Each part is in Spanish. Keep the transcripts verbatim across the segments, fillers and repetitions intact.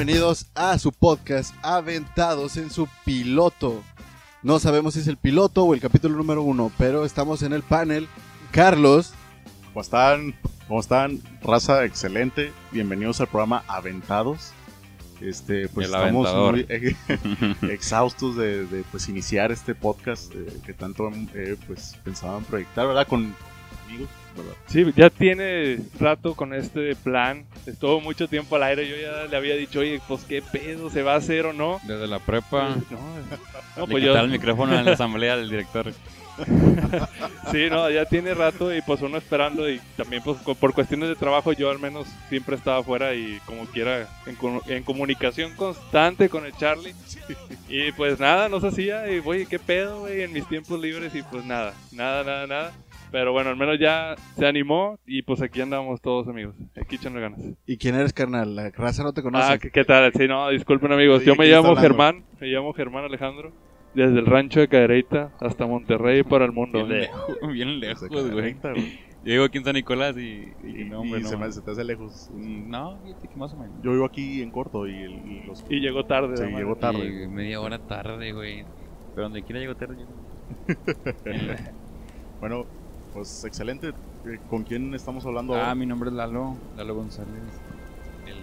bienvenidos a su podcast Aventados en su piloto. No sabemos si es el piloto o el capítulo número uno, pero estamos en el panel. Carlos. ¿Cómo están? ¿Cómo están? Raza, excelente. Bienvenidos al programa Aventados. Este, pues el estamos aventador. muy eh, exhaustos de, de pues iniciar este podcast eh, que tanto eh, pues pensaban proyectar, ¿verdad? Con amigos, ¿verdad? Sí, ya tiene rato con este plan. Estuvo mucho tiempo al aire. Yo ya le había dicho, oye, pues qué pedo, ¿se va a hacer o no? Desde la prepa. No, no Le pues quitaba yo. el micrófono en la asamblea del director. Sí, no, ya tiene rato y pues uno esperando. Y también, pues co- por cuestiones de trabajo, yo al menos siempre estaba afuera y como quiera en, co- en comunicación constante con el Charlie. Y pues nada, no se hacía. Y, oye, qué pedo, güey, en mis tiempos libres. Y pues nada, nada, nada, nada. Pero bueno, al menos ya se animó y pues aquí andamos todos, amigos. Aquí echando ganas. ¿Y quién eres, carnal? La raza no te conoce. Ah, ¿qué, qué tal? Sí, no, disculpen, amigos. Oye, Yo me ¿quién está llamo hablando? Germán. Me llamo Germán Alejandro. Desde el rancho de Cadereyta hasta Monterrey para el mundo. Bien lejos, bien lejos, Desde güey. Cadereyta, güey. Yo vivo aquí en San Nicolás y... y Y, no, hombre, y no. se, me, se te hace lejos. Mm, No, fíjate que más o menos. Yo vivo aquí en corto y, el, y los... Y llegó tarde. Sí, la madre. llegó tarde. Y media hora tarde, güey. Pero donde quiera llego tarde. Yo... Bueno, pues excelente. Eh, ¿Con quién estamos hablando ahora? Ah, mi nombre es Lalo. Lalo González. El...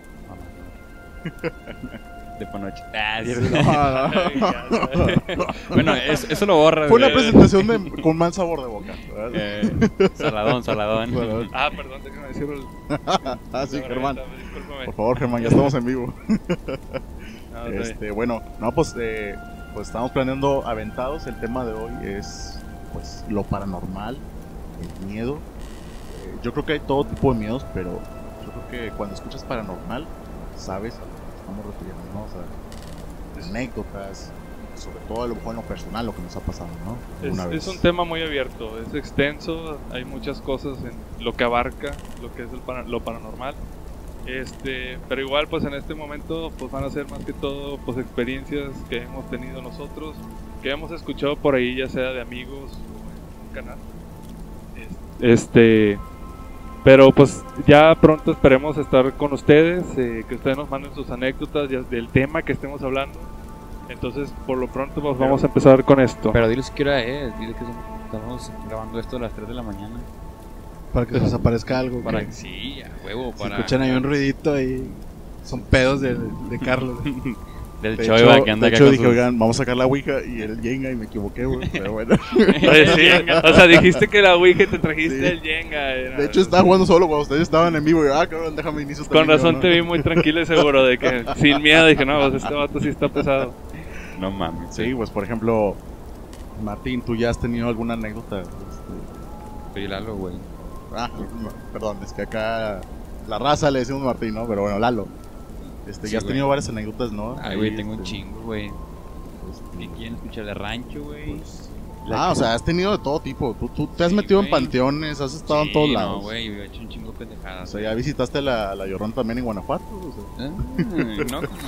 mamador. De Panoche. Ah, sí. No, no. Bueno, es- eso lo borra. Fue una güey. presentación de- con mal sabor de boca, ¿verdad? Eh, saladón, saladón. Bueno. Ah, perdón, déjame decirlo. Ah, sí, Germán. Discúlpame. Por favor, Germán, ya estamos en vivo. No, está bien. Este, bueno, no, pues, eh, pues estamos planeando Aventados. El tema de hoy es, pues, lo paranormal, el miedo. Eh, yo creo que hay todo tipo de miedos, pero yo creo que cuando escuchas paranormal, sabes a lo que estamos refiriendo, ¿no? O sea, anécdotas, sobre todo a lo mejor en lo personal, lo que nos ha pasado, ¿no? Es, Una vez. es un tema muy abierto, es extenso, hay muchas cosas en lo que abarca lo que es el para- lo paranormal. Este, pero igual pues en este momento pues van a ser más que todo pues experiencias que hemos tenido nosotros, que hemos escuchado por ahí, ya sea de amigos o en un canal. Este, pero pues ya pronto esperemos estar con ustedes, eh, que ustedes nos manden sus anécdotas ya del tema que estemos hablando. Entonces por lo pronto pues vamos a empezar con esto. Pero diles qué hora es. Dile que son- estamos grabando esto a las tres de la mañana. Para que se les aparezca algo. Para que que sí, a huevo. si Para escuchan ahí un ruidito ahí. Son pedos de, de Carlos. Del De Choiva hecho, que anda de acá hecho con dije, sus- oigan, vamos a sacar la Ouija y el Jenga y me equivoqué, güey, pero bueno. Oye, sí, o sea, dijiste que la Ouija te trajiste Sí. el Jenga. eh, De hecho, estaba jugando solo cuando ustedes estaban en vivo y, ah, cabrón, déjame inicio Con también, razón ¿no? te vi muy tranquilo y seguro de que sin miedo dije, no, pues este vato sí está pesado. No mames. Sí, pues por ejemplo, Martín, ¿tú ya has tenido alguna anécdota? Este, Soy Lalo, güey. ah, no, perdón, es que acá la raza le decimos Martín, ¿no? Pero bueno, Lalo. Este, Sí, ya has güey. tenido varias anécdotas, ¿no? Ay, güey, Ahí, tengo un este, chingo, güey. este, ¿Qué quieren escuchar de rancho, güey? Ah, o sea, has tenido de todo tipo. Tú, tú te has Sí, metido en güey. panteones, has estado Sí, en todos no, lados. güey, yo he hecho un chingo de O pendejadas. sea, ya visitaste la, la Llorón también en Guanajuato. O sea. Ah, no, como...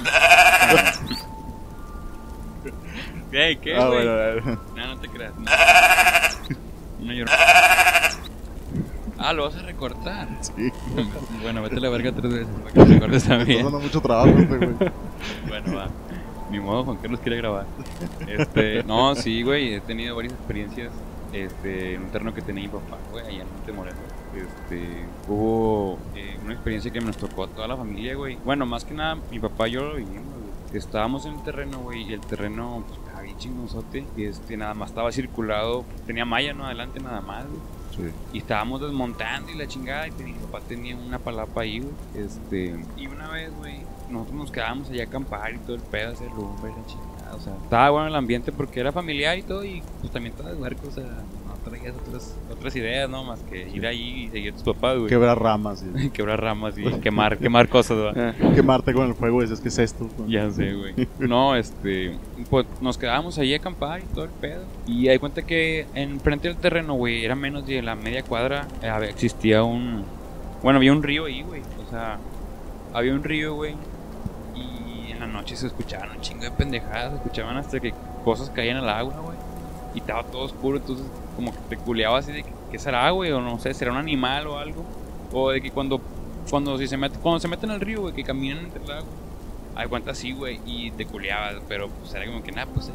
¿Qué? ¿Qué, Ah, güey? bueno, a ver. No, no te creas. No, no lloro. Ah, ¿lo vas a recortar? Sí, Bueno, vete a la verga tres veces para que lo recortes me está también. dando mucho trabajo este, güey. Bueno, va. Ni modo, Juan Carlos quiere grabar. Este, no, sí, güey, he tenido varias experiencias. Este, en un terreno que tenía mi papá, güey, allá en Montemorelos. Este, hubo eh, una experiencia que nos tocó a toda la familia, güey. Bueno, más que nada, mi papá y yo lo vivimos, güey. Estábamos en el terreno, güey, y el terreno, pues, estaba bien chingonzote. Y este, nada más estaba circulado, tenía malla, no adelante, nada más, güey. Sí. Y estábamos desmontando y la chingada. Y tenía- mi papá tenía una palapa ahí, güey. Este, y una vez, güey, nosotros nos quedábamos allá a acampar y todo el pedo, hacer lumbre y la chingada. O sea, estaba bueno el ambiente porque era familiar y todo. Y pues también estaba de huerco, o sea, no traías otras, otras ideas, ¿no? Más que ir ahí y seguir a tus papás, güey. Quebrar ramas y Quebrar ramas y quemar, quemar cosas, güey. quemarte con el fuego. Y dices, ¿qué es esto? Ya sé, güey. No, este, pues nos quedábamos ahí a acampar y todo el pedo. Y hay cuenta que en frente del terreno, güey, era menos de la media cuadra, eh, había- existía un, bueno, había un río ahí, güey. O sea, había un río, güey. Y en la noche se escuchaban un chingo de pendejadas, se escuchaban hasta que cosas caían al agua, güey. Y estaba todo oscuro, entonces como que te culeaba así de que, ¿qué será, güey? O no sé, será un animal o algo. O de que cuando, cuando, si se, mete, cuando se meten al río, güey, que caminan entre el agua. Hay cuenta sí, güey, y te culeabas, pero pues era como que nada, pues. Eh.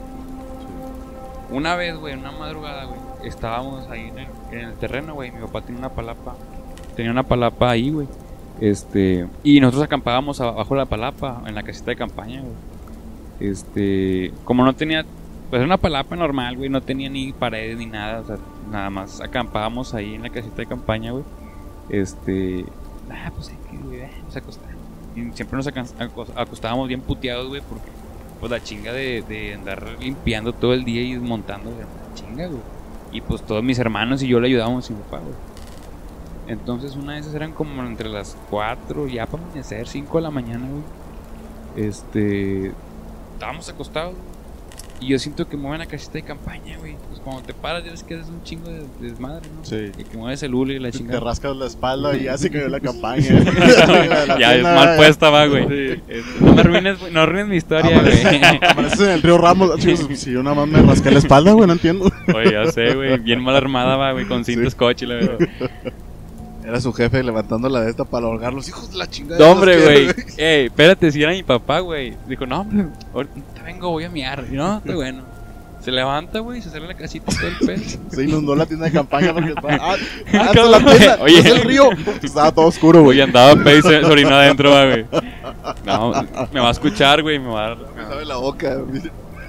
Una vez, güey, una madrugada, güey, estábamos ahí en el, en el terreno, güey. Mi papá tenía una palapa, tenía una palapa ahí, güey. Este, y nosotros acampábamos abajo de la palapa, en la casita de campaña, güey. Este, como no tenía, pues era una palapa normal, güey, no tenía ni paredes ni nada, o sea, nada más acampábamos ahí en la casita de campaña, güey. Este, ah, pues hay que, güey, nos acostamos. Y siempre nos acostábamos bien puteados, güey, porque pues la chinga de, de andar limpiando todo el día y desmontando, güey, la chinga, güey. Y pues todos mis hermanos y yo le ayudábamos a mi papá, güey. Entonces una de esas eran como entre las cuatro, ya para amanecer, cinco de la mañana, güey. Este, estábamos acostados, güey. Y yo siento que mueven la casita de campaña, güey. Pues cuando te paras, ya ves que eres un chingo de, de desmadre, ¿no? Sí. Y que mueves el hule y la chingada. Te rascas la espalda y ya se cayó la campaña. Ya es mal puesta, va, güey. Sí. No me arruines, güey. No arruines mi historia, güey. Apareces en el río Ramos. Chicos, si yo nada más me rasqué la espalda, güey, no entiendo. Oye, ya sé, güey. Bien mal armada, va, güey. Con cinta scotch y la verdad. Era su jefe levantando la de esta para ahogar los hijos de la chingada. No, hombre, güey. Ey, espérate, si era mi papá, güey. Dijo, no, hombre, ahorita vengo, voy a miar. Y no, está bueno. Se levanta, güey, se sale la casita todo el pez. Se inundó la tienda de campaña porque estaba. Ah, ah la tienda, oye, es el río. Estaba todo oscuro, güey. Oye, andaba pez y se orinó adentro, güey. No, me va a escuchar, güey. Me va a dar. Me sabe la boca, güey.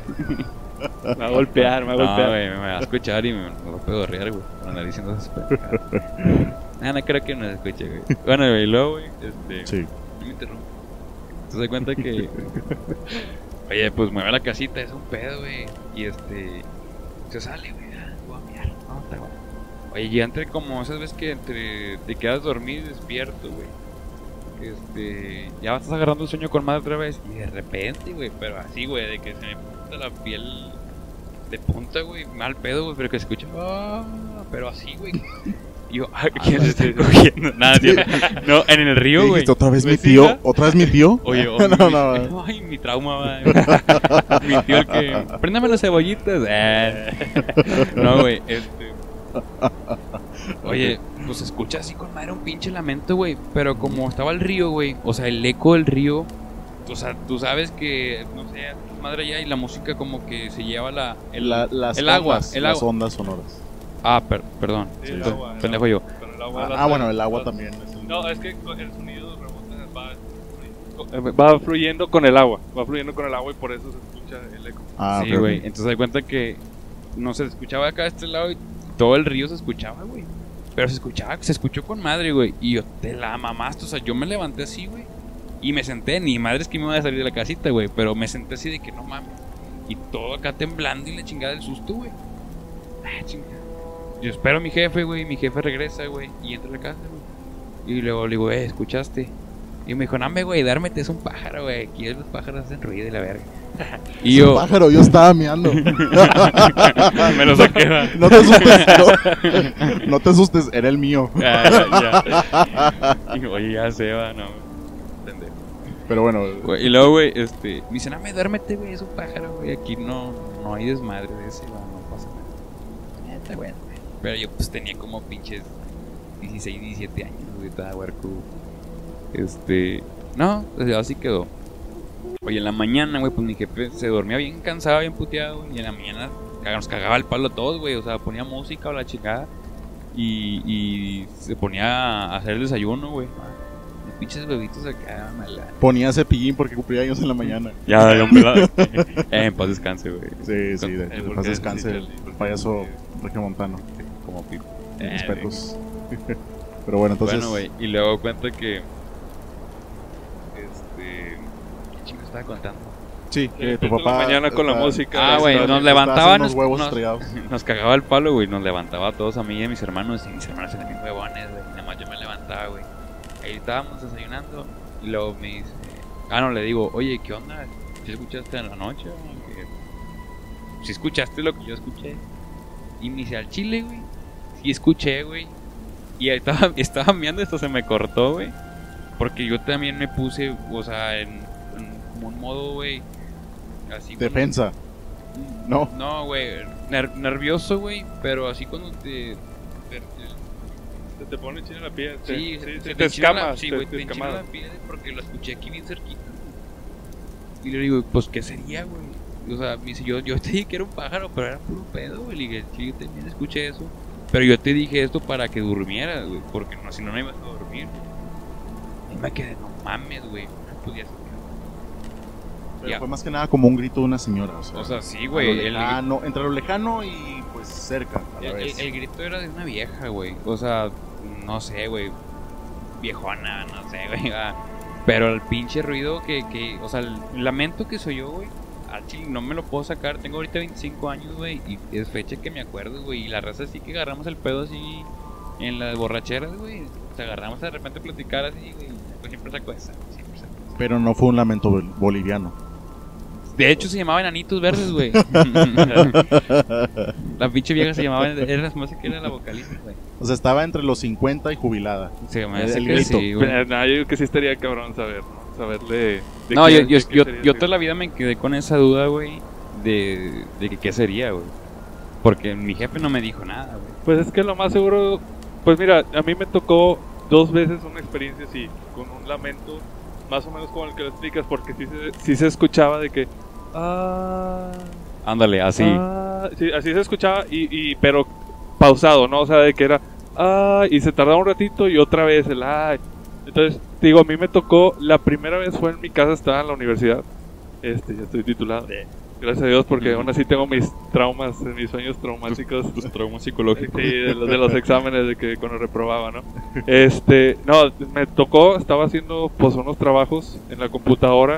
Me va a golpear, me va a golpear. No, güey, me va a escuchar y me, me va a pedorrear, güey. Por andar diciendo esas pendejadas. Ah, no creo que nos escuche, güey. Bueno, güey, luego, güey, este... Sí. No me interrumpo. ¿Te das cuenta que... Oye, pues mueve la casita, es un pedo, güey. Y este... Se sale, güey. Voy a mirar. No, está bueno. Oye, ya entre como esas veces que entre... Te quedas dormido y despierto, güey. Este... Ya estás agarrando el sueño con madre otra vez. Y de repente, güey, pero así, güey, de que se me punta la piel... De punta, güey. Mal pedo, güey, pero que se escucha... Oh, pero así, güey. Y yo, ¿quién se está cogiendo? Nada, tío. No, en el río, güey. ¿Otra vez mi tío? ¿Otra vez mi tío? Oye, oh, no, mi, no, no. Ay, mi trauma, va. Mi tío el que... Préndame las cebollitas. Eh. No, güey, este... Oye, pues escucha así con madre un pinche lamento, güey. Pero como estaba el río, güey. O sea, el eco del río. O sea, tú sabes que, no sé, madre allá y la música como que se lleva la... El, la, las el agua, ondas, el las agua. ondas sonoras. Ah, per, perdón. Sí, el agua, pendejo yo. El agua ah, ah bueno, el agua también. Es el... No, es que el sonido rebota, va, va fluyendo con el agua. Va fluyendo con el agua y por eso se escucha el eco. Ah, sí, güey. Okay. Entonces hay cuenta que no se escuchaba acá de este lado y todo el río se escuchaba, güey. Pero se escuchaba, se escuchó con madre, güey. Y yo te la mamaste. O sea, yo me levanté así, güey. Y me senté. Ni madre es que me iba a salir de la casita, güey. Pero me senté así de que no mames. Y todo acá temblando y la chingada del susto, güey. Ah, chingada. Yo espero a mi jefe, güey. Mi jefe regresa, güey. Y entra a la casa, güey. Y luego le digo, eh, ¿escuchaste? Y me dijo, no, güey, dármete, es un pájaro, güey. Aquí los pájaros hacen ruido y la verga. Y es yo... un pájaro, yo estaba meando. Me lo saqué, ¿no? No te asustes, no, no te asustes, era el mío. Ya, ya, ya. Y, oye, ya se va, no. Pendejo. Pero bueno. Güey, y luego, güey, este... Me dice, no, me duérmete, güey, es un pájaro, güey. Aquí no, no hay desmadre de ese, güey. No pasa nada. Está bueno, güey. Pero yo, pues, tenía como pinches dieciséis, diecisiete años, güey. Estaba huerco. Este... No, pues así quedó. Oye, en la mañana, güey, pues mi jefe se dormía bien cansado, bien puteado, güey. Y en la mañana nos cagaba el palo a todos, güey. O sea, ponía música o la chingada. Y, y se ponía a hacer el desayuno, güey. Los pinches bebitos acá, mala. Ponía cepillín porque cumplía años en la mañana. Ya, ya, pelado. eh, en paz descanse, güey. Sí, sí, de, de paz descanse el, el payaso regiomontano. Como pico. Eh, respetos. Pero bueno, entonces... Bueno, güey, y luego cuenta que... Estaba contando. Sí, que tu papá mañana con la música. Ah, güey, nos levantaba, nos, huevos nos, nos cagaba el palo, güey, nos levantaba a todos, a mí y a mis hermanos, y mis hermanos eran mis huevones, güey, nada más yo me levantaba, güey. Ahí estábamos desayunando y luego me dice, ah, no, le digo, oye, ¿qué onda? ¿Sí escuchaste en la noche? ¿Sí escuchaste lo que yo escuché? Y me dice, al chile, güey, sí escuché, güey. Y ahí estaba, estaba mirando, esto se me cortó, güey, porque yo también me puse, o sea, en un modo, güey, así defensa. Cuando... No. No, güey, ner nervioso, güey, pero así cuando te te, te, te pone china la piel. Sí, te, se, te, se te escamas. Sí, güey, te, te enchina la piel porque lo escuché aquí bien cerquita. Y le digo, pues, ¿qué sería, güey? O sea, me dice, yo, yo te dije que era un pájaro, pero era puro pedo, güey. Le dije, sí, yo también escuché eso. Pero yo te dije esto para que durmieras, güey, porque no, si no, no ibas a dormir. Y me quedé, no mames, güey, no podía ser. Pero Ya. fue más que nada como un grito de una señora. O sea, O sea, sí, a lo güey. El, lejano, entre lo lejano y pues cerca a la el, vez. el- el grito era de una vieja, güey. O sea, no sé, güey. Viejona, no sé, güey. ah. Pero el pinche ruido que, que o sea, el lamento que soy yo, güey. Al chile no me lo puedo sacar. Tengo ahorita veinticinco años, güey. Y es fecha que me acuerdo, güey. Y la raza sí que agarramos el pedo así en las borracheras, güey. O sea, agarramos de repente a platicar así, güey. Pues siempre saco esa, siempre saco esa. Pero no fue un lamento bol- boliviano. De hecho, se llamaban Enanitos Verdes, güey. La pinche vieja se llamaba. Era más que era la vocalista, güey. O sea, estaba entre los cincuenta y jubilada. Se me El- hace el que grito. sí, güey. Pero, nah, yo digo que sí estaría cabrón saber, ¿no? Saberle. de No, qué- yo, yo, de qué yo, sería yo ese- toda la vida me quedé con esa duda, güey, de, de que qué sería, güey. Porque mi jefe no me dijo nada, güey. Pues es que lo más seguro. Pues mira, a mí me tocó dos veces una experiencia así, con un lamento, más o menos como el que lo explicas, porque sí se, sí se escuchaba de que. Ah. Ándale, así. Ah, sí, así se escuchaba, y, y pero pausado, ¿no? O sea, de que era. Ah, y se tardaba un ratito y otra vez el. Ay. Entonces, te digo, a mí me tocó. La primera vez fue en mi casa, estaba en la universidad. Este, ya estoy titulado. Gracias a Dios, porque aún así tengo mis traumas, mis sueños traumáticos. Tus traumas psicológicos. Sí, de los, de los exámenes de que cuando reprobaba, ¿no? Este, no, me tocó, estaba haciendo pues unos trabajos en la computadora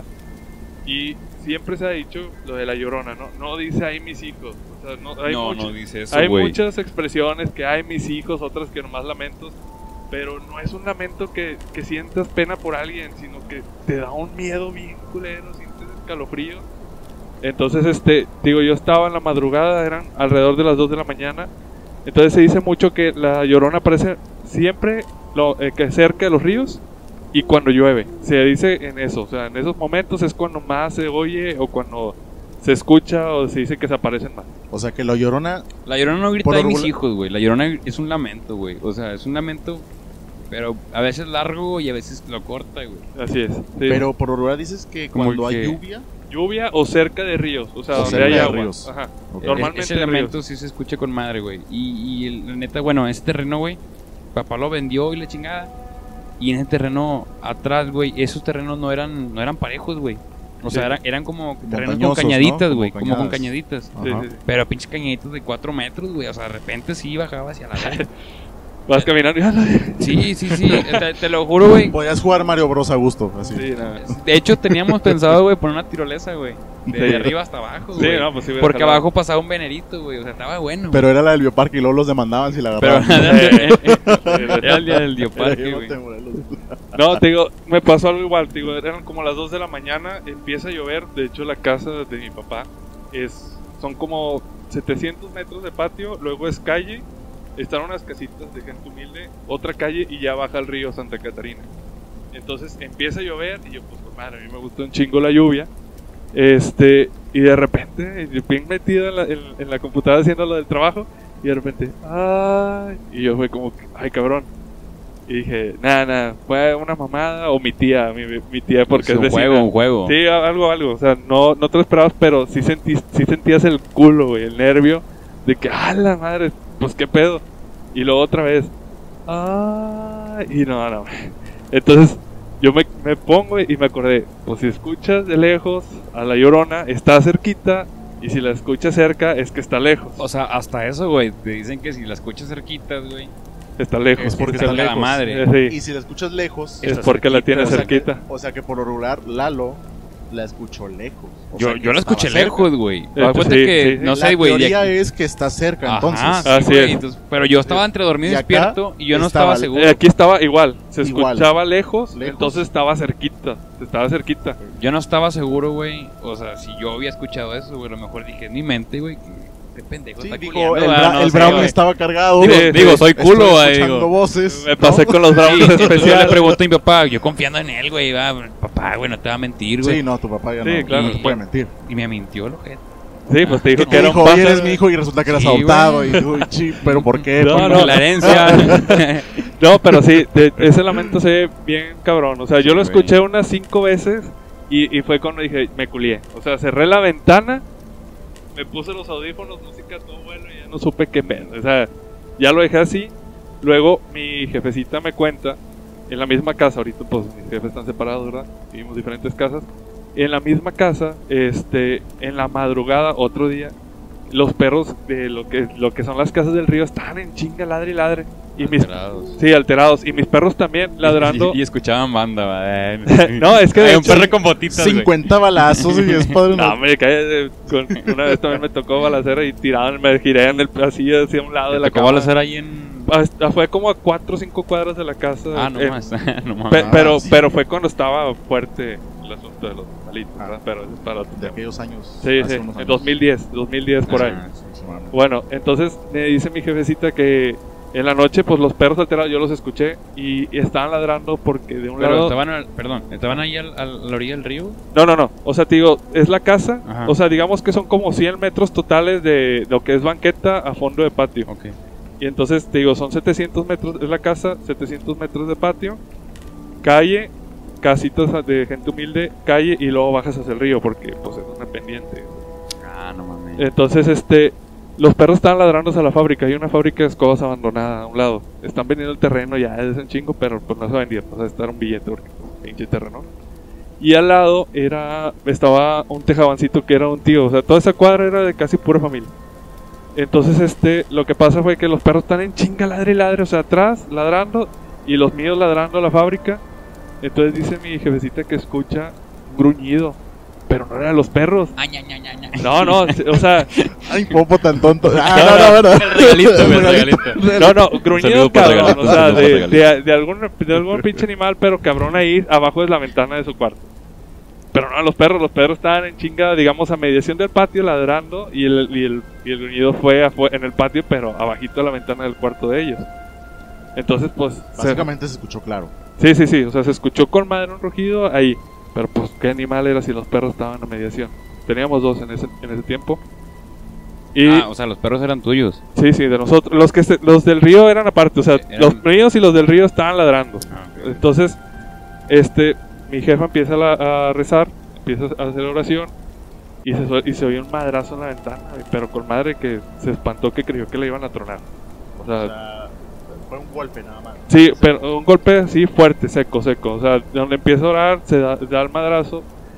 y siempre se ha dicho lo de la Llorona, ¿no? No dice ahí mis hijos, o sea, no, hay, no, mucho- no dice eso, hay güey. muchas expresiones que hay mis hijos, otras que nomás lamentos, pero no es un lamento que, que sientas pena por alguien, sino que te da un miedo bien culero, sientes escalofrío. Entonces, este, digo, yo estaba en la madrugada, eran alrededor de las dos de la mañana. Entonces se dice mucho que la Llorona aparece siempre lo, eh, que cerca de los ríos y cuando llueve. Se dice en eso, o sea, en esos momentos es cuando más se oye o cuando se escucha o se dice que se aparecen más. O sea, que la Llorona. La Llorona no grita Por de lo mis regular- hijos, güey. La Llorona es un lamento, güey. O sea, es un lamento, pero a veces largo y a veces lo corta, güey. Así es. sí. Pero por lo regular dices que Como cuando que- hay lluvia. Lluvia o cerca de ríos, o sea, O donde cerca hay de agua. ríos. Ajá. Ok. Normalmente Ese ríos. lamento sí se escucha con madre, güey. Y, y el- la neta, bueno, ese terreno, güey, papá lo vendió y la chingada. Y en ese terreno atrás, güey, esos terrenos no eran no eran parejos, güey. O sea, Sí. eran, eran como terrenos con Montañosos, cañaditas, ¿no? güey. Como Como con cañadas. cañaditas. Sí, Ajá. sí, sí. Pero pinches cañaditas de cuatro metros, güey. O sea, de repente sí bajaba hacia la lana. Vas caminando y ¡ala! Sí, sí, sí. Te, te lo juro, güey. Podías jugar Mario Bros a gusto, así. Sí, no. De hecho, teníamos pensado, güey, poner una tirolesa, güey. De, Sí. arriba hasta abajo, Sí, güey. no, pues sí hubiera Porque jalado. abajo pasaba un venerito, güey. O sea, estaba bueno. Pero era la del bioparque y luego los demandaban si la Pero agarraban. era el día del Dioparque, Era güey. Monte Morelos. No, te digo, me pasó algo igual, te digo, eran como las dos de la mañana, empieza a llover, de hecho la casa de mi papá es, son como setecientos metros de patio, luego es calle, están unas casitas de gente humilde, otra calle y ya baja el río Santa Catarina. Entonces empieza a llover y yo pues, pues madre, a mí me gusta un chingo la lluvia, este, y de repente, yo bien metido en la, en, en la computadora haciendo lo del trabajo, y de repente, ay, y yo fue como, que, ay cabrón. Y dije, nada, nada, fue una mamada o mi tía, mi, mi tía porque es un vecina. juego, un juego. Sí, algo, algo, o sea, no, no te lo esperabas, pero sí, sentí, sí sentías el culo, güey, el nervio de que, ah, la madre, pues qué pedo. Y luego otra vez, ah, y no, no. Entonces, yo me, me pongo y me acordé, pues si escuchas de lejos a la Llorona, está cerquita, y si la escuchas cerca, es que está lejos. O sea, hasta eso, güey. Te dicen que si la escuchas cerquitas, güey. Está lejos. Es porque está está la lejos. madre. Eh, sí, Y si la escuchas lejos, es está porque la cerquita, tienes o sea que- cerquita. o sea que por lo regular Lalo la escuchó lejos. O Yo, sea que yo la estaba escuché cerca. lejos, güey. Eh, Me doy cuenta sí, que, sí, sí. no La sé, güey. de teoría aquí- es que está cerca, Ajá, entonces. sí, Así güey, es. entonces- pero yo estaba entre dormido y Y acá despierto y yo no estaba- estaba seguro. Eh, aquí estaba igual, se Igual. escuchaba lejos, Lejos. entonces estaba cerquita, estaba cerquita. Yo no estaba seguro, güey. O sea, si yo había escuchado eso, güey, a lo mejor dije en mi mente, güey, que qué pendejo Sí, está dijo, culiando, el, ah, bra- no el sé, Brown güey. estaba cargado. Digo, Sí, digo, sí. soy culo, Estoy güey. escuchando Digo. voces. Me ¿no? pasé con los Sí, Browns entonces yo le especiales. pregunto a mi papá, yo confiando en él, güey, va, papá, güey, no te va a mentir, güey. Sí, no, tu papá ya Sí, no, claro. no te puede mentir. Y me mintió el ojete. Sí, pues te dijo Que que te era dijo, un oye, pájaro. eres mi hijo y resulta que eras Sí, adoptado. güey. Y tú, sí, pero ¿por qué? No, ¿Por no. qué? La herencia. No, pero sí, de- ese lamento se ve bien cabrón. O sea, yo lo Sí, escuché güey. unas cinco veces Y, y fue cuando dije, me culié. O sea, cerré la ventana, me puse los audífonos, música a todo vuelo y ya no supe qué pedo. O sea, ya lo dejé así. Luego mi jefecita me cuenta, en la misma casa, ahorita pues mis jefes están separados, ¿verdad? Vivimos diferentes casas. En la misma casa, este, en la madrugada, otro día, los perros de lo que, lo que son las casas del río estaban en chinga, ladre y ladre. Y mis, Alterados. sí, alterados. Y mis perros también ladrando. Y, y escuchaban banda, ¿va? No, es que de Hay un hecho- perro con botitas, güey. cincuenta balazos y es padre. No, me cae. Con, una vez también me tocó balacera y tiraban, me giré en el, así hacia un lado de la ¿Te tocó cama. balacera ahí en...? Hasta fue como a cuatro o cinco cuadras de la casa. Ah, no Eh, más. no mames. pe- Ah, pero, sí. pero fue cuando estaba fuerte el asunto de los malitos, Ah. ¿verdad? Pero eso es para otro De tema. aquellos años. Sí, hace sí, unos en años. dos mil diez, dos mil diez por ahí. Ah, sí. Bueno, entonces me dice mi jefecita que en la noche, pues los perros alterados yo los escuché y, y estaban ladrando porque de un Pero lado. estaban, al- perdón, ¿estaban ahí al- al- a la orilla del río? No, no, no. O sea, te digo, es la casa. Ajá. O sea, digamos que son como cien metros totales de lo que es banqueta a fondo de patio. Ok. Y entonces, te digo, son setecientos metros, es la casa, setecientos metros de patio, calle, casitas de gente humilde, calle y luego bajas hacia el río porque pues es una pendiente. Ah, no mames. Entonces, este, los perros estaban ladrando hacia la fábrica. Hay una fábrica de escobas abandonada a un lado. Están vendiendo el terreno ya es un chingo, pero pues no se vendía. O sea, estar un billete porque pinche terreno. Y al lado era, estaba un tejabancito que era un tío. O sea, toda esa cuadra era de casi pura familia. Entonces, este, lo que pasa fue que los perros están en chinga, ladre y ladre. O sea, atrás, ladrando. Y los míos ladrando a la fábrica. Entonces dice mi jefecita que escucha un gruñido. Pero no eran los perros. No, no, o sea, Ay, popo tan tonto. Ah, no, no, no. El regalito, güey, el regalito. no, no, gruñido Saludo por cabrón, regalito, o sea, saludo por de, regalito. de, de algún, de algún pinche animal, pero cabrón ahí abajo de la ventana de su cuarto. Pero no, los perros, los perros estaban en chinga, digamos, a mediación del patio ladrando y el, y el, y el gruñido fue afue- en el patio, pero abajito de la ventana del cuarto de ellos. Entonces, pues, se- Básicamente se escuchó claro. sí, sí, sí, o sea, se escuchó con madre un rugido ahí. Pero pues, ¿qué animal era si los perros estaban a mediación? Teníamos dos en ese, en ese tiempo. Y, Ah, o sea, los perros eran tuyos. sí, sí, de nosotros. Los que se- los del río eran aparte, o sea, Eran- los míos y los del río estaban ladrando. Ah, ok. Entonces, este, mi jefa empieza a, la- a rezar, empieza a hacer oración y se, su- y se oye un madrazo en la ventana, güey, pero con madre que se espantó que creyó que le iban a tronar. O sea, O sea, fue un golpe nada más. sí, pero un golpe así fuerte, seco, seco. O sea, donde empieza a orar, se da, da el madrazo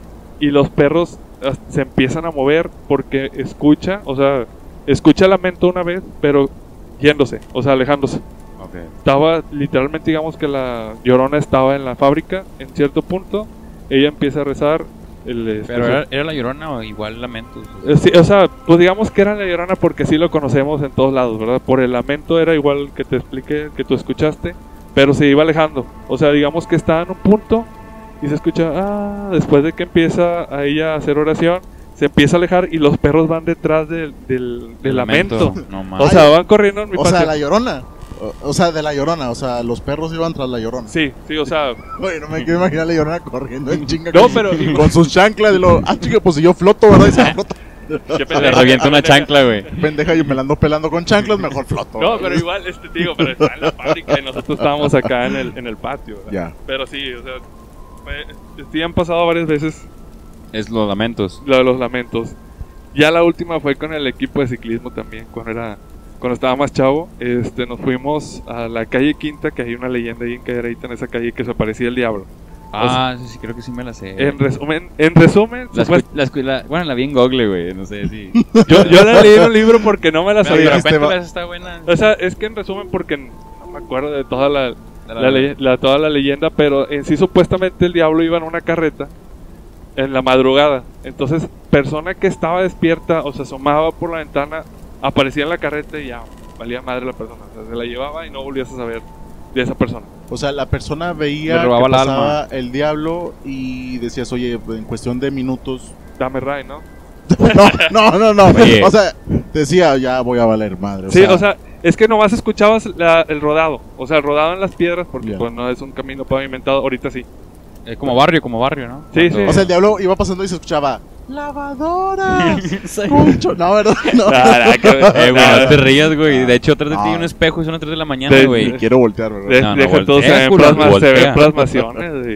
y los perros ah, se empiezan a mover porque escucha, o sea, escucha lamento una vez, pero yéndose, o sea, alejándose. Ok. Estaba literalmente, digamos que la llorona estaba en la fábrica en cierto punto. Ella empieza a rezar. El, este, Pero era, era la llorona o igual lamentos. eh, sí, o sea, pues digamos que era la llorona porque sí lo conocemos en todos lados, ¿verdad? Por el lamento era igual que te expliqué, que tú escuchaste, pero se iba alejando. O sea, digamos que estaba en un punto y se escucha, ah, después de que empieza a ella a hacer oración, se empieza a alejar y los perros van detrás del, del, del lamento. No O mames. sea, van corriendo en mi O patio. sea, la llorona. O, o sea, de la llorona. O sea, los perros iban tras la llorona. Sí, sí, o sea, Oye, no me quiero imaginar la llorona corriendo en chinga. no, con, pero con sus chanclas. Y lo, ah, chica, pues si yo floto, ¿verdad? Y se flota. qué Le pendeja, revienta una pendeja. chancla, güey. Pendeja, yo me la ando pelando con chanclas, mejor floto. No, pero igual, este te digo, pero está en la fábrica y nosotros estábamos acá en el, en el patio, ¿verdad? Ya. Pero sí, o sea, fue- sí han pasado varias veces Es los lamentos. lo de los lamentos. Ya la última fue con el equipo de ciclismo también, cuando era cuando estaba más chavo. Este, nos fuimos a la calle Quinta, que hay una leyenda ahí en Cadereyta, en esa calle que se aparecía el diablo. Ah, sí, sí, creo que sí me la sé. En resumen, en resumen, La supuest- escu- la escu- la- bueno, la vi en Google, güey. No sé si. yo, yo la leí en un libro porque no me la Pero, sabía. pero Este va- cuéntala, esa está buena. O sea, es que en resumen porque no me acuerdo de toda la, La- la ley- la- toda la leyenda, pero en sí supuestamente el diablo iba en una carreta en la madrugada. Entonces, persona que estaba despierta o se asomaba por la ventana, aparecía en la carreta y ya valía madre la persona. O sea, se la llevaba y no volvías a saber de esa persona. O sea, la persona veía Le robaba que la pasaba alma. el diablo y decías, oye, en cuestión de minutos. Dame ray, ¿no? No, no, no, no. Oye. O sea, decía, ya voy a valer madre. O Sí, sea, o sea, es que nomás escuchabas la- el rodado. O sea, el rodado en las piedras, porque Ya. pues no es un camino pavimentado. Ahorita sí. Eh, como barrio, como barrio, ¿no? Sí, Cuando- sí. o sea, el diablo iba pasando y se escuchaba, lavadora, concho. No, ¿verdad? No. Ah, nada que ver. Eh, güey, Nada. no te rías, güey. De hecho, atrás de ti hay No. un espejo y son las tres de la mañana, De- güey. Quiero voltear, ¿verdad? De- No, no, deja voltea, todo, se ven culo, plasma- se ven voltea. plasmaciones. y-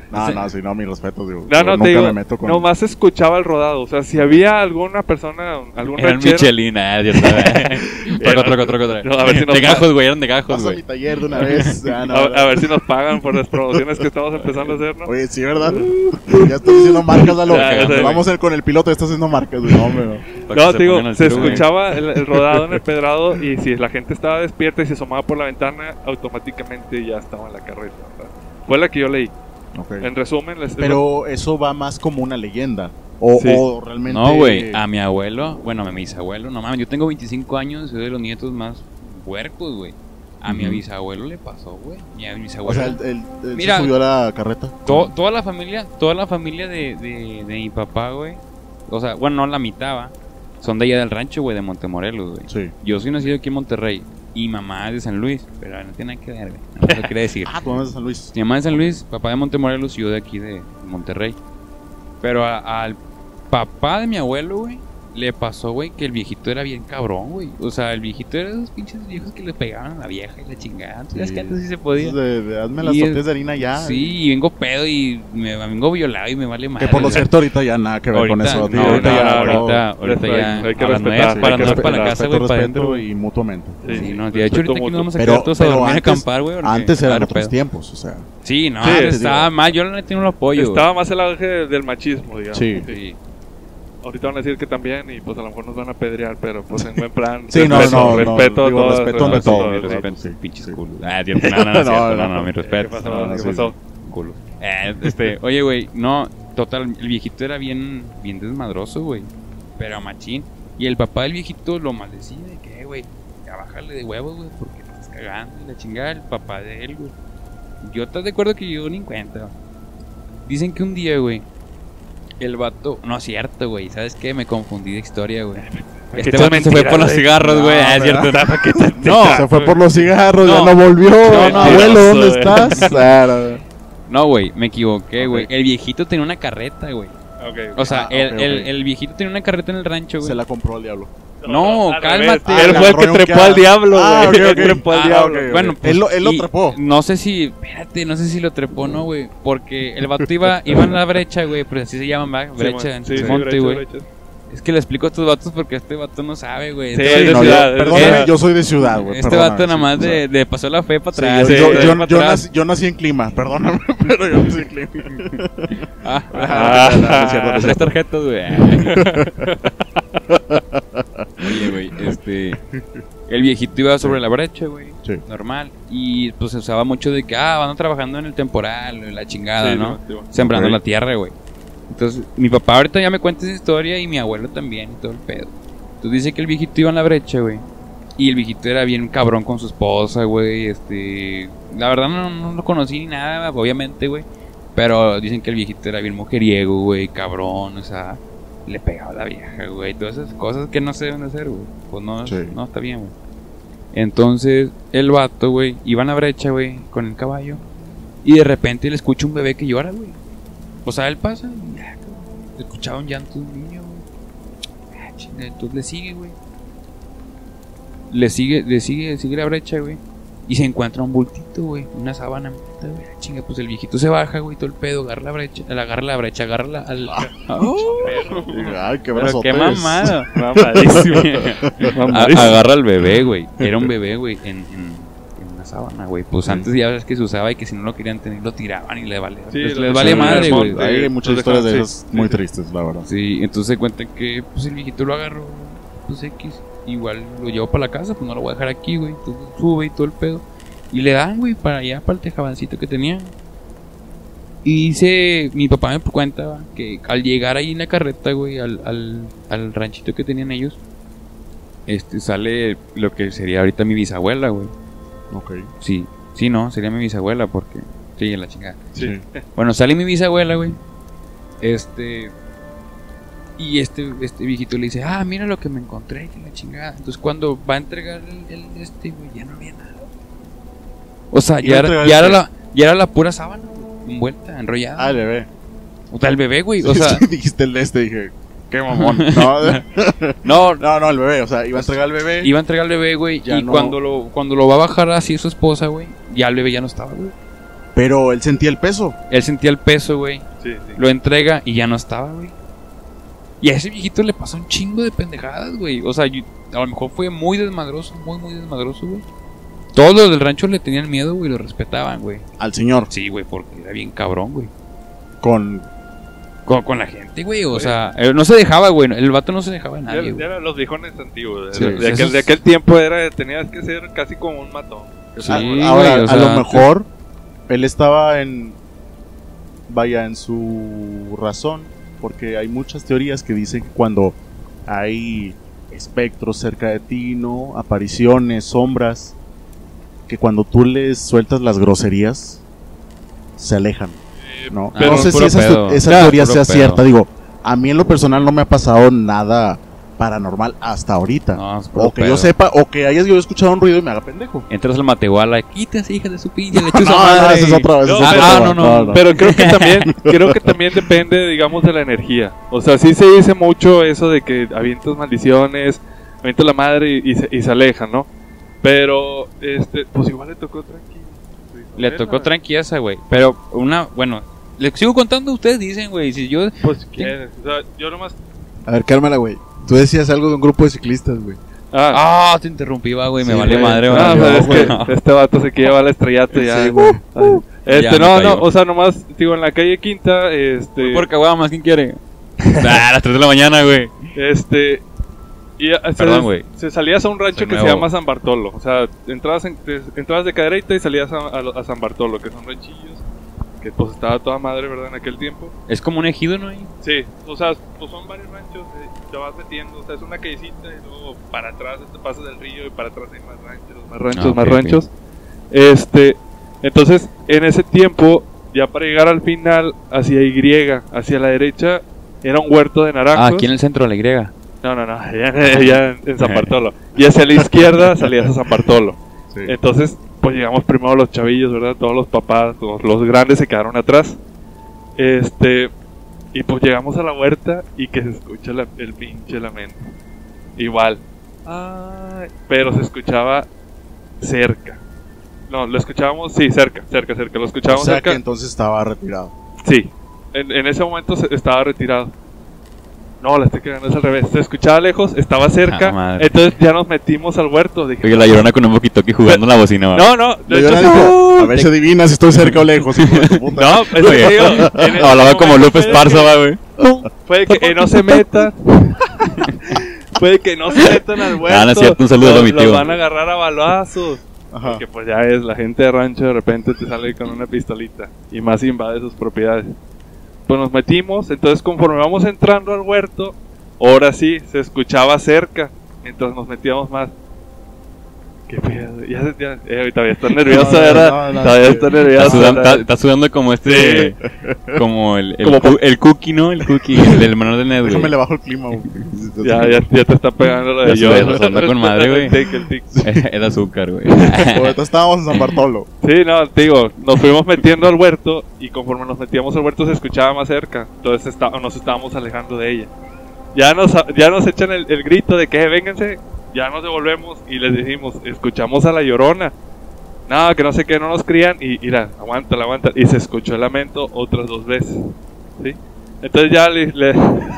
No, no, si no, mi respeto, digo. No, no, nunca te digo, me meto con... nomás escuchaba el rodado. O sea, si había alguna persona, algún Eran ranchero... Michelina, eh, troco, troco, troco, troco. No, a ver si nos De gajos, güey, eran de gajos, Vas a güey. mi taller de una vez. Ah, no, A, no. a ver si nos pagan por las promociones que estamos empezando a hacer, ¿no? Oye, sí, ¿verdad? Ya estás diciendo marcas, Lalo. Ya, ya sé, Vamos a ir con el piloto, estás haciendo marcas, güey. No, hombre, no. Para No, que te digo, pongan al se tiro, güey. escuchaba el, el rodado en el pedrado y si la gente estaba despierta y se asomaba por la ventana, automáticamente ya estaba en la carreta. O sea, fue la que yo leí. Ok. En resumen, les, Pero eso va más como una leyenda. O, Sí. o realmente. No, güey, a mi abuelo, bueno, a mi bisabuelo, no mames, yo tengo veinticinco años, soy de los nietos más huercos, güey. A mi Ujú. bisabuelo le pasó, güey. Y a mi O bisabuelo. sea, el, el, el Mira, se subió a la carreta. To- toda la familia, toda la familia de, de, de mi papá, güey. O sea, bueno, no la mitad, va. Son de allá del rancho, güey, de Montemorelos, güey. Sí. Yo soy nacido aquí en Monterrey. Y mamá es de San Luis. Pero no tiene nada que ver, güey. No lo quiere decir. Ah, tú eres de San Luis. Mi mamá es de San Luis, papá de Montemorelos y yo de aquí de Monterrey. Pero a- al papá de mi abuelo, güey, le pasó, güey, que el viejito era bien cabrón, güey. O sea, el viejito era de esos pinches viejos que le pegaban a la vieja y la chingada. Entonces, es que antes sí se podía. De, de, hazme las Y es- tortillas de harina ya. Sí, y vengo pedo y me vengo violado y me vale más. Que por lo cierto, ahorita ya nada que ver con Ahorita, eso. no, ahorita no, ya. ahorita, no. ahorita Hay- ya. hay que a las respetar, nueve, hay para que no ir para la respetar, casa, respeto, güey, para respeto adentro. y mutuamente. Sí, Sí, no, respeto de hecho ahorita aquí mutuo. nos vamos a Pero- quedar todos a pero dormir a antes- acampar, güey. porque Antes eran agarra otros pedo. tiempos, o sea. Sí, no, Sí, antes te estaba digo. mal, yo la neta no lo apoyo. güey. Estaba más el auge del machismo, digamos. Sí. Sí. Ahorita van a decir que también y pues a lo mejor nos van a pedrear, pero pues en buen plan. Sí, no, respeto, no, no, respeto digo, a todas, respeto No, de sí, todo, mi mi respeto, respeto, sí, pinches sí. culos. Ah, cierto, no, no, no, es No, cierto, no, no, no, mi ¿Qué respeto. pasó? no, no, ¿Qué sí. pasó? Culos. Eh, este, oye, güey, no, total, el viejito era bien, bien desmadroso, güey. Pero machín. Y el papá del viejito lo maldecía de que, güey, ya bájale de huevos, güey, porque te estás cagando y la chingada, el papá de él, güey. Yo te de acuerdo que yo ni en cuenta. güey. Dicen que un día, güey, el vato, no es cierto, güey, ¿sabes qué? Me confundí de historia, güey. Este echas vato se fue mentiras, por los güey? cigarros, No, güey. Ah, es ¿verdad? cierto. No, Se fue por los cigarros, No. ya no volvió. No, No, abuelo, ¿dónde güey. estás? Claro. no, güey, me equivoqué, güey. Ok. El viejito tenía una carreta, güey. Ok. O sea, Ah, el, ok, el, ok. el viejito tenía una carreta en el rancho, güey. Se la compró al diablo. No, al cálmate. revés. Él Ah, fue el agarró que un trepó ca- al diablo, güey. Ah, ok, Él ok. trepó al Ah, diablo. ok, ok. Bueno, pues, Él lo- él lo y trepó. No sé si, espérate, no sé si lo trepó, no, güey. Porque el vato iba, iba en la brecha, güey. Pero así se llaman, ¿va? Brecha, en Sí, sí, monte, brecha, güey. brecha. Es que le explico a estos vatos porque este vato no sabe, güey. Sí, Este es de vato- no, yo- ciudad, es de perdóname, ciudad. yo soy de ciudad, güey. Este perdóname, vato nada sí, más o sea, de, de pasó la fe para sí, atrás. yo, de yo- atrás yo- para yo atrás. nací, yo nací en clima, perdóname, pero yo nací en clima. Ah, Ah, no, es cierto, no es tres cierto. tarjetas, güey. Oye, güey, este. El viejito iba sobre la brecha, güey. Sí. Normal. Y pues se usaba mucho de que, ah, van trabajando en el temporal, la chingada, Sí, ¿no? sí, sí. Sembrando Ok. la tierra, güey. Entonces, mi papá ahorita ya me cuenta esa historia y mi abuelo también y todo el pedo. Entonces dice que el viejito iba en la brecha, güey. Y el viejito era bien cabrón con su esposa, güey. Este. La verdad no, no lo conocí ni nada, obviamente, güey. Pero dicen que el viejito era bien mujeriego, güey, cabrón, o sea, le pegaba a la vieja, güey. Todas esas cosas que no se deben de hacer, güey. Pues no, Sí. no está bien, güey. Entonces, el vato, güey, iba en la brecha, güey, con el caballo. Y de repente le escucha un bebé que llora, güey. O sea, él pasa y ya, cabrón, escuchaba un llanto de un niño, güey. Ah, chinga, entonces le sigue, güey. Le sigue, le sigue, sigue la brecha, güey. Y se encuentra un bultito, güey. Una sábana, güey. Ah, chinga, pues el viejito se baja, güey, todo el pedo, agarra la brecha, la agarra la brecha, agarra la. Al... ¡Oh! Ay, qué Pero brazotes. qué mamada. Mamadísimo. A- Mamadísimo. agarra al bebé, güey. Era un bebé, güey, en, en, en una sábana, güey. Pues Sí. antes ya ves que se usaba y que si no lo querían tener lo tiraban y le valía. Sí, pues, lo les que vale se madre, veía güey. monte. Hay muchas Los historias de dejaron, esas sí, muy sí. tristes, la verdad. Sí, entonces se cuenta que pues el viejito lo agarró, pues X. Igual lo llevó para la casa, pues no lo voy a dejar aquí, güey. Entonces sube y todo el pedo. Y le dan, güey, para allá, para el tejabancito que tenía. Y dice, mi papá me cuenta que al llegar ahí en la carreta, güey, al, al, al ranchito que tenían ellos, este sale lo que sería ahorita mi bisabuela, güey. Ok. Sí, sí, no, sería mi bisabuela porque... Sí, en la chingada. Sí. Bueno, sale mi bisabuela, güey. Este... Y este, este viejito le dice, ah, mira lo que me encontré, que la chingada. Entonces cuando va a entregar el, el este, güey, ya no había nada. O sea, Iba ya a era, entregar ya, el era qué? la, ya era la pura sábana, güey, envuelta, enrollada. Ah, el bebé. O sea, el bebé, güey, o Sí, sea... sí, dijiste el de este, dije, qué mamón. No, No, no, no, el bebé, o sea, iba a entregar al bebé. iba a entregar al bebé, güey, Ya y no- cuando lo cuando lo va a bajar así su esposa, güey, ya el bebé ya no estaba, güey. Pero él sentía el peso. Él sentía el peso, güey. Sí, sí. Lo entrega y ya no estaba, güey. Y a ese viejito le pasó un chingo de pendejadas, güey. O sea, yo, a lo mejor fue muy desmadroso, muy, muy desmadroso, güey. Todos los del rancho le tenían miedo, güey, lo respetaban, güey. Al señor. Sí, güey, porque era bien cabrón, güey. Con... Con, con la gente, güey, o sea, eh, no se dejaba, güey, el vato no se dejaba de nadie, Ya, ya güey. eran los viejones antiguos. Sí, de, de, esos- aquel, de aquel tiempo era, tenías que ser casi como un matón. Sí, A- güey, ahora, o a sea, lo mejor él estaba en... Vaya, en su razón. Porque hay muchas teorías que dicen que cuando hay espectros cerca de ti, ¿no? Apariciones, sombras, que cuando tú les sueltas las groserías, se alejan, ¿no? pero no sé si puro esa, pedo. esa Claro, teoría puro sea pedo. cierta. Digo, a mí en lo personal no me ha pasado nada paranormal hasta ahorita. No, es puro o que pedo. yo sepa, o que hayas yo escuchado un ruido y me haga pendejo. Entras al Matehuala, quítense, hija de su pinche lechuza No, madre. esa es otra vez. No, esa es pero- otra ah, vez. no, no, Pero creo que también creo que también depende, digamos, de la energía. O sea, sí se dice mucho eso de que avientas maldiciones, avientas la madre y, y se, y se alejan, ¿no? Pero, este, pues igual le tocó tranquilo. Le tocó tranquileza, güey. Pero una, bueno, le sigo contando, ustedes dicen, güey, si yo... Pues si quieres. O sea, yo nomás... A ver, cálmala, güey. Tú decías algo de un grupo de ciclistas, güey. Ah, Ah, te interrumpí, va, güey, me Sí, vale güey. madre, ah, güey. pues No, es que güey. este vato se quiere llevar al estrellato ya. Sí, güey. Este, Ya me no, cayó. no, o sea, nomás, digo, en la calle Quinta, este... Por caguamas, ¿quién quiere? Ah, a las tres de la mañana, güey. Este. Y a- se, Perdón, güey. se salías a un rancho Soy que nuevo. se llama San Bartolo. O sea, entrabas, en, te- entrabas de cadereita y salías a, a lo- a San Bartolo, que son ranchillos. Que pues estaba toda madre, ¿verdad? En aquel tiempo. Es como un ejido, ¿no? Ahí? Sí, o sea, pues son varios ranchos. eh, te vas metiendo, o sea, es una callecita y luego para atrás te pasas del río y para atrás hay más ranchos, más ranchos, Ah, ok, más ok. ranchos. Este. Entonces, en ese tiempo, ya para llegar al final, hacia Y, hacia la derecha, era un huerto de Ah, naranjos. aquí en el centro de la Y. No, no, no, ya, ya en San Bartolo. Y hacia la izquierda salías a San Bartolo. Sí. Entonces, pues llegamos primero los chavillos, ¿verdad? Todos los papás, los, los grandes se quedaron atrás. Este, y pues llegamos a la huerta y que se escucha la- el pinche lamento. Igual. Ay, pero se escuchaba cerca. No, lo escuchábamos, sí, cerca, cerca, cerca. Lo O escuchábamos sea cerca. que entonces estaba retirado. Sí, en, en ese momento se- estaba retirado. No, la estoy cagando, es al revés. Se escuchaba lejos, estaba cerca. Ah, madre. Entonces ya nos metimos al huerto. Dije, Oye, la llorona con un poquito aquí jugando en la bocina, va. no, no, de La hecho, llorona sí. dijo, a ver si adivina si estoy cerca o lejos. hijo de tu puta. No, es que te digo, en ese Hablaba como momento Lupe fue de Esparza, que- va, güey. Puede que eh, no se metan. Puede que no se metan al huerto. Ah, no es cierto, un saludo Los- a mi tío. Los van a agarrar a balazos. Ajá. Porque pues ya es, la gente de rancho de repente te sale con una pistolita. Y más invade sus propiedades. Pues nos metimos, entonces conforme vamos entrando al huerto, ahora sí, se escuchaba cerca. Mientras nos metíamos más. Qué pedo. Ya, se- ya, eh, todavía está nerviosa, No, no, ¿verdad? no, no, todavía sí. está Está nerviosa. sudando, ¿verdad? está- está sudando como este. Como el, el, Como- cu- el cookie, ¿no? El cookie, el del menor de Ned, güey. Déjame le bajo el clima, güey. Ya, ya, ya te está pegando la de Ya yo. sube, pues, anda con madre, güey. El tic, el tic. Es de azúcar, güey. Ahorita estábamos en San Bartolo. Sí, no, te digo, nos fuimos metiendo al huerto y conforme nos metíamos al huerto se escuchaba más cerca. Entonces está- nos estábamos alejando de ella. Ya nos, ya nos echan el, el grito de que "Eh, vénganse, ya nos devolvemos y les dijimos, escuchamos a la llorona. No, que no sé qué, no nos crían y mira, aguántala, aguántala. Y se escuchó el lamento otras dos veces. ¿Sí? Entonces ya le... le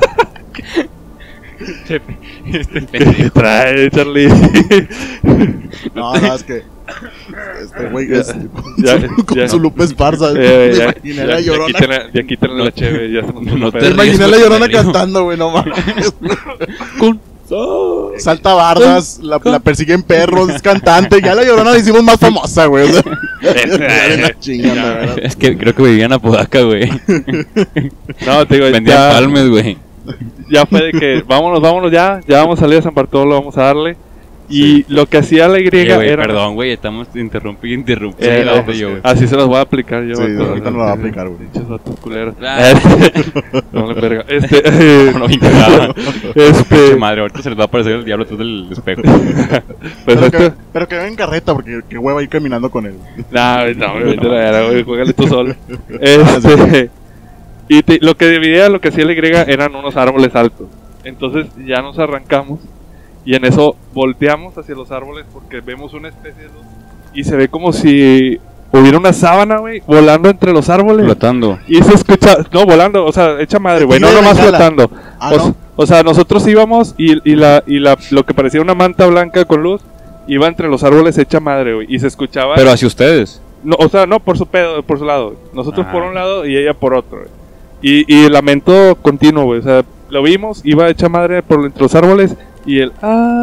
Este ¿Qué trae, Charlie? No, no, es que. Este güey es. Ya, con ya. su Lupe Esparza. Eh, Me ya, imaginé ya, la ya llorona. quítenle, ya quítenle la cheve, ya se nos no puso te Me pedo. ríes, imaginé la güey, llorona me río. cantando, güey, no mames. Con- Salta bardas, la, la persiguen perros, es cantante. Ya la llorona la hicimos más famosa, güey. O sea, Eh, chingando, ¿verdad? Es que creo que vivían a Apodaca, güey. No, te digo, Vendían ya, palmes, güey. ya fue de que vámonos, vámonos ya, ya vamos a salir a San Bartolo, vamos a darle. Y lo que hacía la Y Eh, güey, era... perdón, güey, estamos interrumpiendo, interrumpiendo. Eh, no, este pues, yo, que- güey. Así se los voy a aplicar yo. Sí, vato. ahorita no lo va a aplicar, güey. Pinches vatos culeros. Ah. Este, no le verga. Este, eh, No, bien cagado. este, Pinche madre, ahorita se les va a aparecer el diablo atrás del espejo. pues Pero este, que, pero que venga carreta, porque qué hueva ir caminando con él. nah, güey, no, güey, vete a la verga, güey, juégale tú solo. Este, y te- lo que dividía, lo que hacía la Y eran unos árboles altos. Entonces ya nos arrancamos y en eso volteamos hacia los árboles porque vemos una especie de luz y se ve como si hubiera una sábana, güey, volando entre los árboles. Flotando. Y se escucha, no, volando, o sea, hecha madre, güey, no ¿Y de nomás bengala? flotando. Ah, o, ¿no? o sea, nosotros íbamos y, y la y la lo que parecía una manta blanca con luz iba entre los árboles hecha madre, güey, y se escuchaba. Pero hacia ustedes. No, o sea, no por su pedo, por su lado. Nosotros Ah. por un lado y ella por otro, güey. Y, y lamento continuo, güey. O sea, lo vimos, iba hecha madre por entre los árboles y el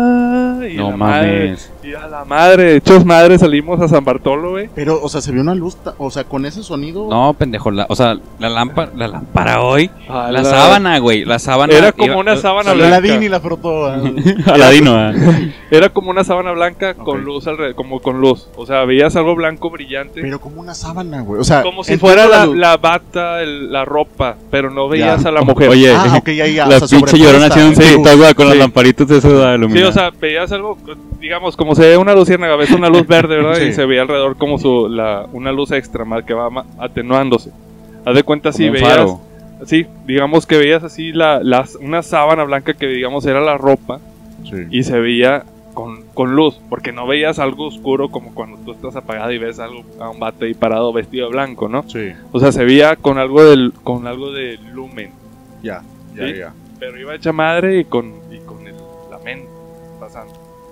ah y No la madre, mames. y a la madre, hechos madre salimos a San Bartolo, güey. Pero, o sea, se vio una luz, ta- o sea, con ese sonido. No, pendejo. La, o sea, la lámpara, la lámpara hoy. Ah, La sábana, güey. La sábana. Era como iba- una sábana Salió blanca. Aladín y la frotó. ah. Aladino, ah. Era como una sábana blanca con Ok. luz alrededor, como con luz. O sea, veías algo blanco brillante. Pero como una sábana, güey. O sea, como si entiendo fuera la, luz. la bata, el- la ropa, pero no veías Ya. a la mujer. Oye, Ah, ok, ya, ya. la o sea, pinche sobrepuesta. llorona haciendo un Sí. TikTok, güey, con Sí. las lamparitas de eso de Sí, aluminio. o sea, veías algo, digamos, como se ve una luciérnaga, ves una luz verde, ¿verdad? Sí. Y se veía alrededor como su, la, una luz extra más que va ma- atenuándose. Haz de cuenta, si Como un veías, faro. sí, digamos que veías así la, las- una sábana blanca que digamos era la ropa Sí. y se veía con, con luz, porque no veías algo oscuro como cuando tú estás apagado y ves algo a un vato ahí parado vestido de blanco, ¿no? Sí, O sea, se veía con algo del, con algo de lumen. ya, ya, Sí. ya. Pero iba hecha madre y con, y con el lamento pasando.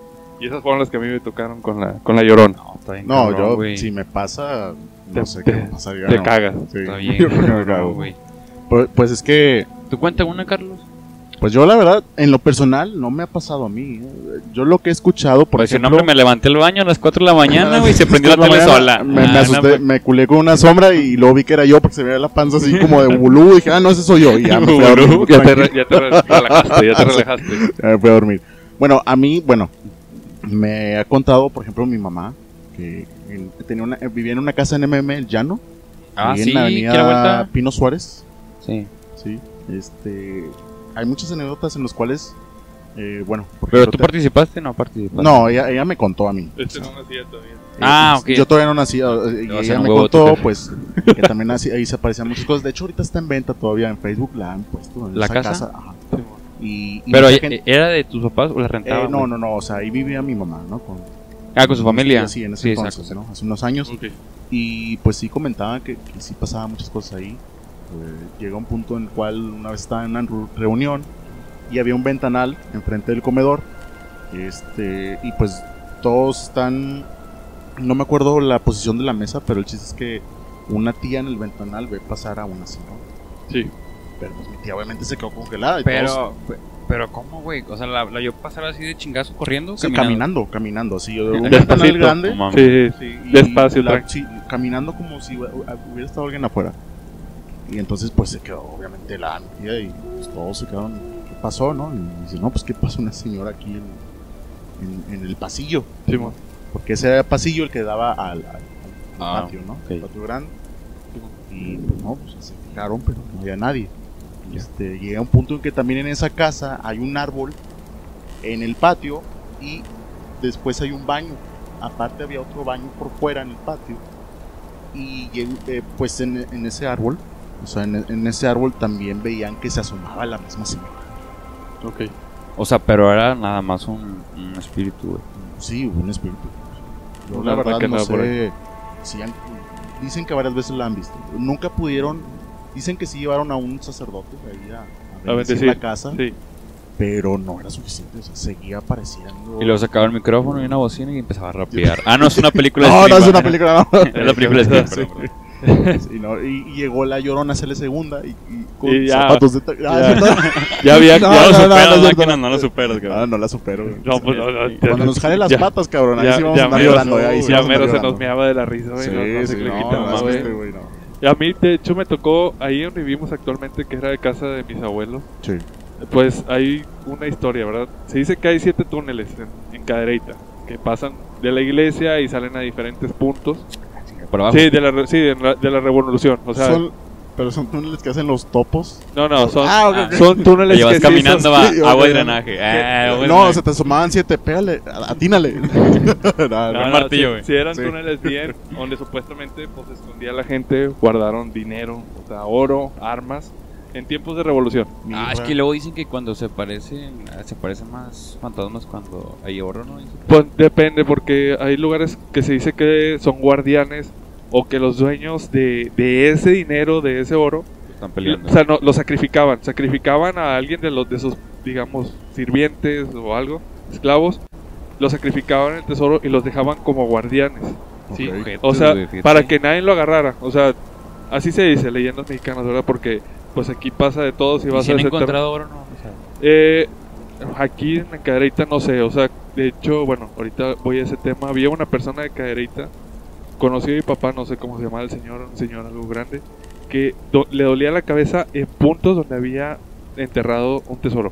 Y esas fueron las que a mí me tocaron con la, con la llorona. No, está bien No, cabrón, yo, güey. si me pasa, no Te- sé te- qué me pasaría. Te no. cagas. Sí. Está bien, Yo creo que me cabrón, cago. güey. Pues, pues es que, ¿Tú cuentas una, Carlos? pues yo la verdad, en lo personal, no me ha pasado a mí. ¿eh? Yo lo que he escuchado, por Pues si no, ejemplo... hombre, me levanté el baño a las cuatro de la mañana, güey, y se prendió la Por tele mañana sola. Me, me Ah, no, asusté, pues. me culé con una sombra y luego vi que era yo porque se me veía la panza así como de bulú. Y dije, ah, no, ese soy yo. Y ya me fui a dormir. Ya te, tranquilo. re- ya te re- relajaste, ya te relajaste. Ya me fui a dormir. Bueno, a mí, bueno, me ha contado, por ejemplo, mi mamá, que en- tenía una, vivía en una casa en M M, el Llano. Ah, ahí sí, en la ¿quiere avenida vuelta? Pino Suárez. Sí. Sí, este, hay muchas anécdotas en las cuales, eh, bueno, por ¿Pero ejemplo, tú te- participaste? No participaste. no, ella, ella me contó a mí. Este no nacía todavía. Ah, Eh, ok. Yo todavía no nací, eh, y Te vas a ella hacer me un huevo contó, tu pues, que también nací- ahí se aparecían muchas cosas. De hecho, ahorita está en venta todavía en Facebook, la han puesto. En ¿La esa casa? Ajá. Sí, Y, y ¿Pero mucha e- gente- era de tus papás o la eh, rentaban? no, güey? no, no, o sea, ahí vivía mi mamá, ¿no? Con, Ah, con su familia. Sí, en ese Sí, entonces, exacto. ¿no? Hace unos años. Ok. Y pues sí comentaba que, que sí pasaban muchas cosas ahí. Eh, llega un punto en el cual una vez estaba en una ru- reunión y había un ventanal enfrente del comedor. Este, y pues todos están, no me acuerdo la posición de la mesa, pero el chiste es que una tía en el ventanal ve pasar a una señora. Sí. Pero pues mi tía obviamente se quedó congelada. Y todos- Pero, pero ¿cómo, güey? O sea, la, la yo pasar así de chingazo corriendo. sí, caminando, caminando, así. Un Despacito. ventanal grande. No mames. Sí, sí. Sí, y Despacio, la- tranqui. sí, caminando como si hu- hubiera estado alguien afuera. Y entonces pues se quedó obviamente la mi tía y pues, todos se quedaron, ¿qué pasó, no? Y dice, no, pues qué pasó una señora aquí en, en- en el pasillo. Sí, mo. Porque ese era el pasillo el que daba al, al- al Ah, patio, ¿no? ok. El patio grande. Y pues no, pues se fijaron, pero no había nadie. Y, este, llega un punto en que también en esa casa hay un árbol en el patio y después hay un baño. Aparte había otro baño por fuera en el patio. Y llegó, eh, pues en, en ese árbol, o sea, en, en ese árbol también veían que se asomaba la misma señora. Ok. O sea, pero era nada más un, un espíritu, güey. Sí, hubo un espíritu. Yo Una la verdad que no nada por sé si han- dicen que varias veces la han visto. Nunca pudieron, dicen que sí llevaron a un sacerdote ahí a, a A bendecir bendecir. la casa, Sí. pero no era suficiente, o sea, seguía apareciendo. Y luego sacaba el micrófono y una bocina y empezaba a rapear. Ah, no, es una película de No, no Scream, es una ¿verdad? película, no. Es la película de Scream, Sí. perdón, perdón. Sí, no, y, y llegó la Llorona a hacerle segunda y, y con Y ya. zapatos de... ta- Ah, Ya. ¿cierto? Ya había. No, Ya ya- lo no, superas, no, no, máquina, no. no lo superas, Ah, cabrón. no la supero. güey. No, pues no, no, ya- Cuando nos jale las ya- patas, cabrón, ahí ya- sí vamos ya a andar mero- llorando. Ahí sí ya vamos a mero andar se nos llorando. meaba de la risa, güey. Sí, no, no sí, se le no, quita no, nomás, no, güey. este, güey, no. Y a mí, de hecho, me tocó ahí donde vivimos actualmente, que era de casa de mis abuelos. Sí. Pues hay una historia, ¿verdad? Se dice que hay siete túneles en, en Cadereyta que pasan de la iglesia y salen a diferentes puntos. Por abajo. Sí, de la, re- sí, de la, de la revolución. O sea, Son, pero son túneles que hacen los topos. no, no, son, Ah, ok, ok. son Te túneles llevas que sí caminando, son- va, sí, agua ok. y drenaje. Ah, agua y No, drenaje. se te asomaban siete, pégale, atínale. No, No, no, no, martillo, sí, güey. sí eran Sí. túneles bien, donde supuestamente pues escondía la gente, guardaron dinero, o sea, oro, armas, en tiempos de revolución. Ah, es que luego dicen que cuando se parecen, se parecen más fantasmas cuando hay oro, ¿no? Dicen. Pues depende, porque hay lugares que se dice que son guardianes o que los dueños de, de ese dinero, de ese oro, Están peleando. o sea, no, lo sacrificaban, sacrificaban a alguien de los de sus, digamos, sirvientes o algo, esclavos, los sacrificaban en el tesoro y los dejaban como guardianes, ¿sí? Ok. Ojetes, O sea, güey, fíjate. para que nadie lo agarrara, o sea, así se dice, leyendas mexicanas, ¿verdad? Porque pues aquí pasa de todo, si ¿Y vas si a han desenterrar- encontrado oro no? O sea, Eh, aquí en la Cadereyta no sé, o sea, de hecho, bueno, ahorita voy a ese tema. Había una persona de Cadereyta, conocido a mi papá, no sé cómo se llamaba el señor, un señor algo grande, que do- le dolía la cabeza en puntos donde había enterrado un tesoro.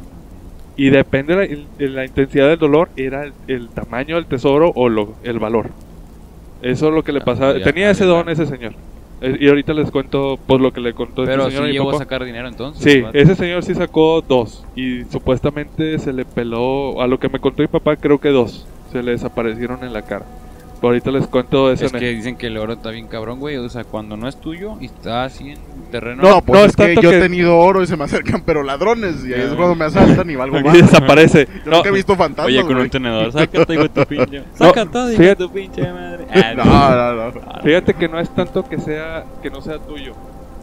Y depende de la, de la intensidad del dolor, era el, el tamaño del tesoro o lo, el valor. Eso es lo que le Ah, pasaba. ya, Tenía ya, ese ya. don ese señor. Eh, Y ahorita les cuento pues lo que le contó pero este sí señor a mi llegó a papá. sacar dinero entonces. Sí, vato. ese señor sí sacó dos y supuestamente se le peló, a lo que me contó mi papá creo que dos, se le desaparecieron en la cara. Pero ahorita les cuento esa Es que ane- dicen que el oro está bien cabrón, güey. O sea, cuando no es tuyo y está así en terreno. No, pues no, es es que tanto yo que- he tenido oro y se me acercan, pero ladrones. Y ahí es cuando me asaltan y valgo y más. desaparece. Yo No, nunca he visto fantasmas. Oye, con güey. un tenedor, saca todo, hijo de tu pinche. Saca todo, hijo de fíjate- tu pinche madre. Ah, No, no, no. Ah, fíjate que no es tanto que sea que no sea tuyo,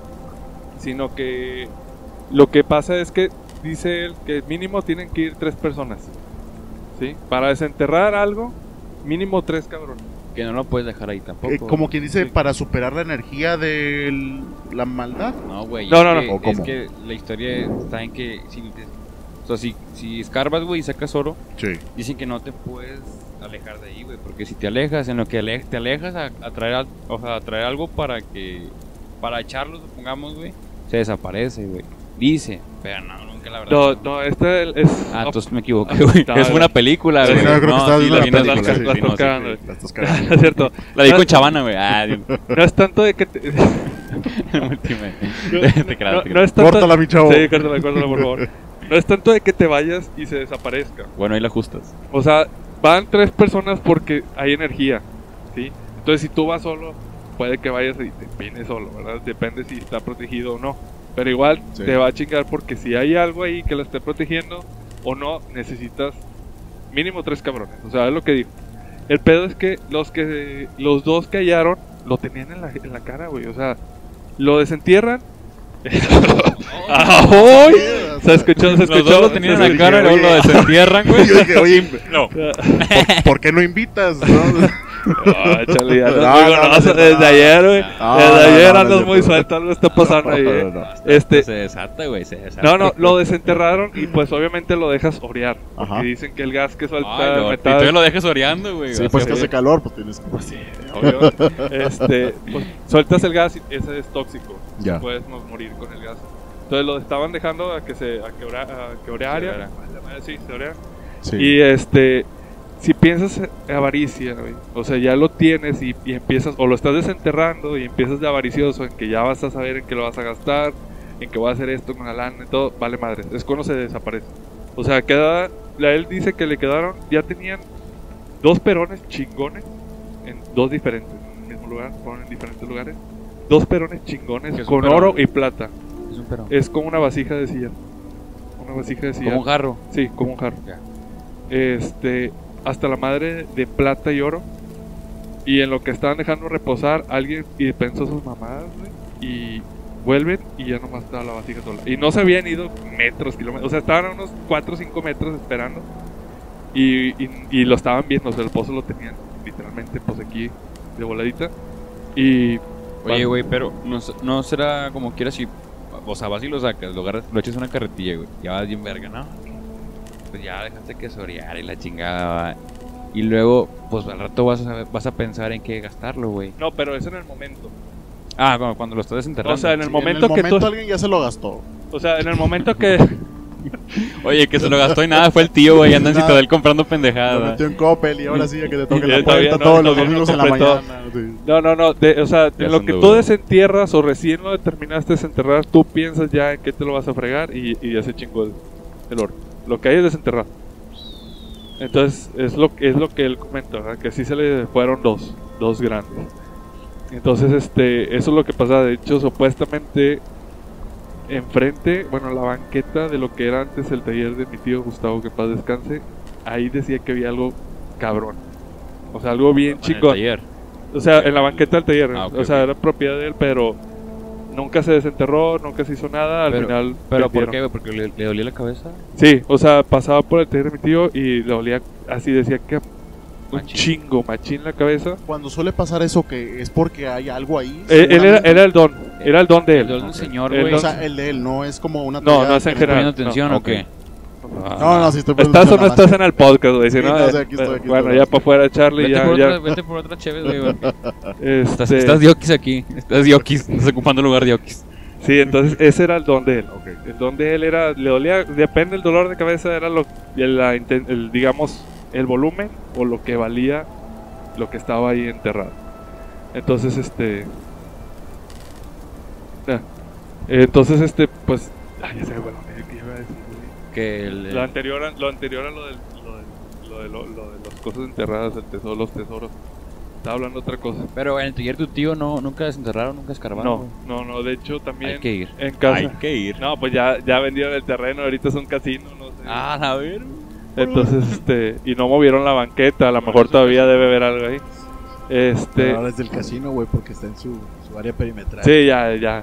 sino que lo que pasa es que dice él que mínimo tienen que ir tres personas, ¿sí? Para desenterrar algo, mínimo tres cabrones. Que no lo puedes dejar ahí tampoco. Eh, como quien dice, para superar la energía de la maldad. No, güey. No, es no, no. que- ¿O Es cómo? que la historia está en que si, te- o sea, si, si escarbas, güey, y sacas oro, Sí. dicen que no te puedes alejar de ahí, güey. Porque si te alejas, en lo que ale- te alejas a, a traer, al- o sea, a traer algo para que, para echarlo, supongamos, güey, se desaparece, güey. Dice, pero no, nunca la verdad. No, no, este es... Ah, entonces me equivoqué, güey. No, Es no. una película, Sí, güey. no, yo creo que estabas sí, viendo la la vi en película, Netflix, sí. güey, no, La sí, cagando. güey. La estás cagando. es cierto. La vi No- con Chavana, güey. Ah, Dios. No es tanto de que te, Multimedia. no, Te creas, no- te no creas. es tanto, Córtala, mi chavo. Sí, córtala, córtala, por favor. No es tanto de que te vayas y se desaparezca. Bueno, ahí la ajustas. O sea, van tres personas porque hay energía, ¿sí? Entonces, si tú vas solo, puede que vayas y te vienes solo, ¿verdad? Depende si está protegido o no. Pero igual Sí. te va a chingar porque si hay algo ahí que lo esté protegiendo o no, necesitas mínimo tres cabrones. O sea, es lo que digo. El pedo es que los que los dos que hallaron lo tenían en la, en la cara, güey. O sea, lo desentierran. ¡Ay! Se escuchó, se escuchó. Los dos lo tenían en se la cara y luego oye. lo desentierran, güey. Yo dije, oye, No. ¿por, por qué no invitas? ¿No? Ah, chale, ya andas No, muy no, goloso no, no, desde no. ayer, güey. No, Desde no, ayer no, andas no, muy no. suelto, algo está pasando ahí. eh. No, no, Este, Se desata, güey, se desata. no, no, lo desenterraron y pues obviamente lo dejas orear. Porque Ajá. dicen que el gas que suelta Ay, el no, y metal. todavía lo dejas oreando, güey. Sí, o pues sea, que hace calor, pues tienes que... Sí, obvio. Este, pues, sueltas el gas y ese es tóxico. Ya. Puedes mo- morir con el gas. Entonces lo estaban dejando a que se a que, ora, a que oreara. Se oreara. Sí, se oreara. Sí. Y este, si piensas en avaricia, güey, o sea, ya lo tienes y, y empiezas, o lo estás desenterrando y empiezas de avaricioso en que ya vas a saber en qué lo vas a gastar, en que voy a hacer esto con la lana y todo, vale madre, es cuando se desaparece. O sea, queda, la- él dice que le quedaron, ya tenían dos perones chingones en dos diferentes, en el mismo lugar, fueron en diferentes lugares, dos perones chingones ¿Qué es un con perón? oro y plata. Es un perón. Es como una vasija de silla, una vasija de silla. Como un jarro. Sí, como un jarro. Ya. Este, hasta la madre de plata y oro. Y en lo que estaban dejando reposar, alguien y pensó sus mamadas, güey. Y vuelven y ya nomás estaba la vasija sola. Y no se habían ido metros, kilómetros. O sea, estaban a unos cuatro o cinco metros esperando. Y, y, y lo estaban viendo. O sea, el pozo lo tenían literalmente, pues aquí, de voladita. Y. Oye, güey, pero no, s- no será como quieras si. O sea, vas y lo sacas, lo agarras, lo echas en una carretilla, güey. Ya vas bien verga, ¿no? Pues ya dejaste que sorear y la chingada, va. Y luego, pues al rato vas a, vas a pensar en qué gastarlo, güey. No, pero es en el momento. Ah, cuando, cuando lo estás desenterrando. O sea, en el Sí, momento en el que momento tú. alguien ya se lo gastó. O sea, en el momento que. Oye, que se lo gastó y nada, fue el tío, güey. Anda en Nada. Citadel comprando Lo pendejadas. metió en Coppel y ahora sí ya que te toque Ya la todavía puerta no, todos los todavía no domingos en la completó. mañana. Sí. No, no, no. de- o sea, Ya en lo son que de tú uno. desentierras o recién lo terminaste de desenterrar, tú piensas ya en qué te lo vas a fregar y, y ya se chingó el, el oro. Lo que hay es desenterrar. Entonces, es lo, es lo que él comenta, ¿verdad? Que sí se le fueron dos, dos grandes. Entonces, este, eso es lo que pasa. De hecho, supuestamente, enfrente, bueno, la banqueta de lo que era antes el taller de mi tío Gustavo, que en paz descanse, ahí decía que había algo cabrón. O sea, algo bien En el chingón. taller. O sea, en la banqueta del taller. Ah, okay, o sea, okay. era propiedad de él, pero nunca se desenterró, nunca se hizo nada. Al Pero, final. ¿Pero por vendieron. qué, güey? ¿Porque le, le dolía la cabeza? Sí, o sea, pasaba por el taller de mi tío y le dolía así, decía que un Machín. chingo, machín la cabeza. Cuando suele pasar eso, que es porque hay algo ahí. Eh, él era, seguramente. era el don, era el don de él. El don del señor, El güey. O don- sea, el de él, no es como una No, teoría no es en que- general. ¿Poniendo atención no, o ok. qué? No, no, sí estoy poniendo ¿Estás o no atención, estás en el podcast, güey? Si Sí, no, no, eh, sí, aquí estoy, aquí bueno, estoy. ya para afuera, Charlie, Vete, ya, por ya. otra, vete por otra chévere, güey. porque Estás, Este, estás diokis aquí. Estás diokis. Estás ocupando el lugar diokis. Sí, entonces ese era el don de él. Ok. El don de él era, le dolía, depende del dolor de cabeza, era lo, el, la inten- el, digamos, el volumen o lo que valía lo que estaba ahí enterrado. Entonces, este, ah, entonces, este, pues, ay, ya sé, bueno, ¿qué iba a decir, güey? Que el, Lo anterior, a, lo anterior a lo, del, lo, del, lo, de, lo, lo de las cosas enterradas, el tesoro, los tesoros. Estaba hablando otra cosa. Pero en el taller de tu tío no, nunca desenterraron, nunca escarbaron. No, güey. no, no, de hecho también Hay que ir. en casa. Hay que ir. No, pues ya, ya vendieron el terreno, ahorita es un casino, no sé. Ah, a ver. Entonces, este, y no movieron la banqueta, a lo mejor todavía debe haber algo ahí. Este, Pero ahora es del casino, güey, porque está en su, su área perimetral. sí, ya, ya.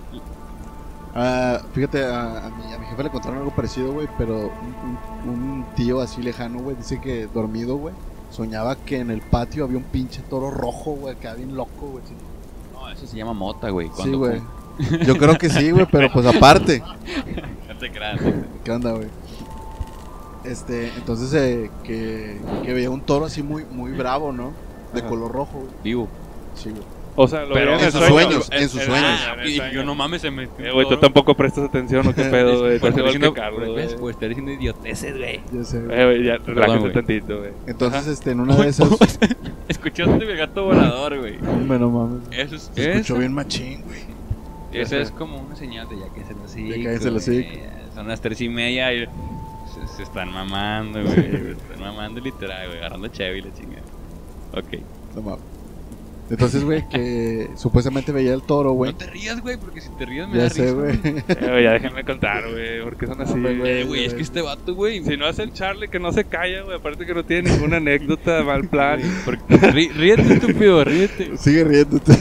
Ah, fíjate, a, a, mi, a mi jefe le contaron algo parecido, güey, pero un, un- un tío así lejano, güey, dice que dormido, güey, soñaba que en el patio había un pinche toro rojo, güey, que bien loco, güey. Sí, No, eso se llama mota, güey. Sí, cuando güey. fum- Yo creo que sí, güey, pero pues aparte. No te creas. ¿Qué onda, güey? Este, entonces eh, que, que veía un toro así muy, muy bravo, ¿no? De Ajá. color rojo, güey. Vivo. Sí, güey. O sea, lo Pero veía en, en el sus sueño. sueños, en sus sueños. Ah, en el y sueño. yo no mames, se metió. Eh, güey, tú tampoco prestas atención, ¿o qué pedo, güey? Pues Estás igual que Carlos, Carlos, güey. pues estar diciendo idioteces, güey. Ya sé, güey. Eh, güey, ya, relájate güey. tantito, güey. Entonces, Ajá. este, en una de esas. Escuchaste mi gato volador, güey. Hombre, no mames. Eso es. Se escuchó eso- bien machín, güey. Eso Ya es sé. como una señal de ya que se lo Ya cállese el hocico. Son las tres y media y se, se están mamando, güey. Se están mamando literal, güey. Agarrando chévere y la chingada. Ok. No mames. Entonces, güey, que supuestamente veía el toro, güey. No te rías, güey, porque si te rías me Ya da sé, risa. güey. Eh, güey, ya déjenme contar, güey, porque son así, Hombre, güey. Eh, güey, es que este vato, güey. Si no es el Charlie que no se calla, güey, aparte que no tiene ninguna anécdota, mal plan. Porque- rí- Ríete, estúpido, ríete. Sigue riéndote.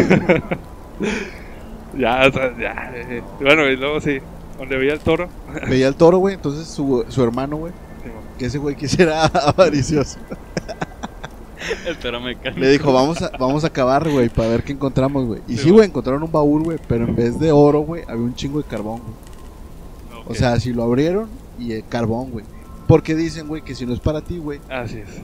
Ya, o sea, ya. eh, Bueno, y luego sí, donde veía el toro. Veía el toro, güey. Entonces su, su hermano, güey, Sí, güey. que ese güey que sí era avaricioso, El toro mecánico. le dijo, vamos a, vamos a cavar, güey, para ver qué encontramos, güey. Y Sí, sí, güey. güey, encontraron un baúl, güey, pero en vez de oro, güey, había un chingo de carbón, güey. Ok. O sea, si lo abrieron y el carbón, güey. Porque dicen, güey, que si no es para ti, güey, Así es.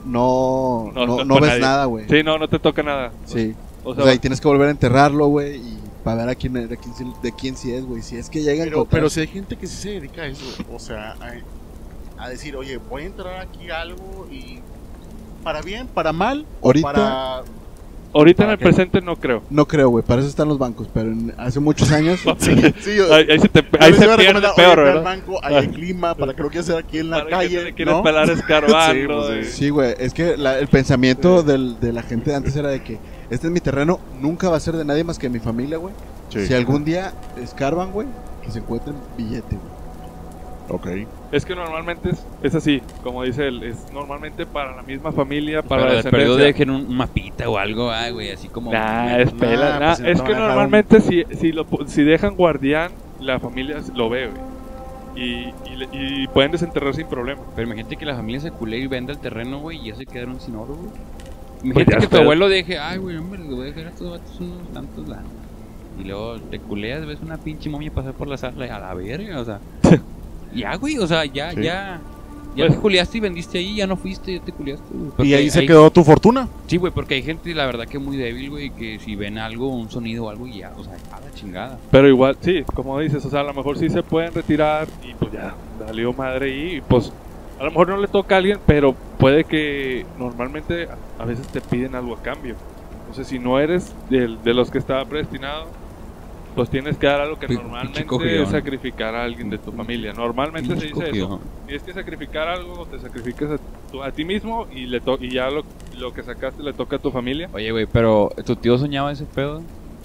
no, No, no, no no, es para ves nadie. nada, güey. Sí, no, no te toca nada. Sí. O O sea, sea, y tienes que volver a enterrarlo, güey, y para ver a quién, de quién, sí- de quién sí es, güey. Si es que llega a Pero, encontrar. pero si hay gente que sí se dedica a eso, o sea, a, a decir, oye, voy a entrar aquí algo y para bien, para mal, o Ahorita- para... ahorita en ¿para el qué? presente no creo. No creo, güey, para eso están los bancos, pero en- hace muchos años. Sí, sí, yo, Ahí, ahí se, te, yo ahí les se iba a pierde recomendar, peor, oye, ve al ¿verdad? banco, ahí hay clima, para que lo quieras hacer aquí en la Para que calle, te quieres ¿no? pelar escarbando. Sí, pues, güey. sí. Sí, güey, es que la- el pensamiento del- de la gente de antes era de que este es mi terreno, nunca va a ser de nadie más que de mi familia, güey. Sí. Si algún día escarban, güey, que se encuentren billete, güey. Ok. Es que normalmente es, es así, como dice él, es normalmente para la misma familia, para Pero la de perdido descendencia. dejen un mapita o algo, ah, güey, así como. Nah, es pela, Nah, nah, pues si no es te que van a dejar normalmente si, si, lo, pu- si dejan guardián, la familia lo ve, güey. Y, y, le- y pueden desenterrar sin problema. Pero imagínate que la familia se culé y venda el terreno, güey, y ya se quedaron sin oro, güey. Pues Imagínate ya que es tu pedo. abuelo deje, ay, güey, hombre, le voy a dejar a estos vatos unos tantos lanos. Y luego te culeas, ves una pinche momia pasar por la sala, a la verga, o sea. Ya, güey, o sea, ya, Sí. ya. Ya Pues- te culeaste y vendiste ahí, ya no fuiste, ya te culeaste, güey. Y Porque ahí se hay- quedó tu fortuna. Sí, güey, porque hay gente, la verdad, que es muy débil, güey, que si ven algo, un sonido o algo, y ya, o sea, a la chingada. Pero igual, sí, como dices, o sea, a lo mejor sí se pueden retirar y pues ya, salió madre ahí y pues a lo mejor no le toca a alguien, pero puede que normalmente a- a veces te piden algo a cambio. Entonces, si no eres del- de los que estaba predestinado, pues tienes que dar algo que Pi- normalmente pinche cogidón. es sacrificar a alguien de tu familia. Normalmente se Pinche dice eso. cogidón. Tienes que sacrificar algo, te sacrificas a, tu- a ti mismo y le to- y ya lo, lo que sacaste le toca a tu familia. Oye, güey, pero tu tío soñaba ese pedo.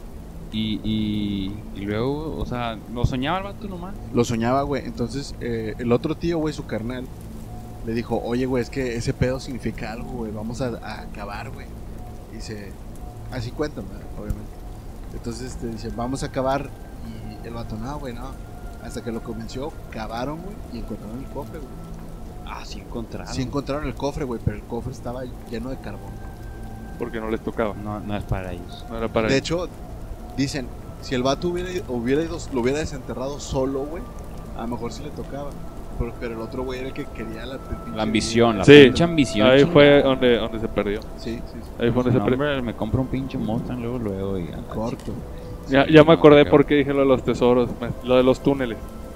Y, y, y luego, o sea, ¿lo soñaba el vato nomás? Lo soñaba, güey. Entonces, eh, el otro tío, güey, su carnal, le dijo, oye, güey, es que ese pedo significa algo, güey. Vamos a, a acabar, güey. Dice, así cuentan, ¿verdad? Obviamente. Entonces este, dice, vamos a cavar. Y el vato, no, güey, no. Hasta que lo convenció, cavaron, güey, y encontraron el cofre, güey. Ah, sí encontraron. Sí encontraron el cofre, güey, pero el cofre estaba lleno de carbón. Porque no les tocaba. No, no es para ellos. No era para De ellos. hecho, dicen, si el vato hubiera, hubiera ido, lo hubiera desenterrado solo, güey, a lo mejor sí le tocaba. Pero, pero el otro güey era el que quería la... La ambición, la Sí. pinche ambición. Ahí chingada. fue donde, donde se perdió. Sí, sí, sí. Ahí fue donde No, se perdió. hombre, me compro un pinche Mustang luego, luego. Y, Corto. Ya, ya me No, acordé creo. por qué dije lo de los tesoros, me- lo de los túneles.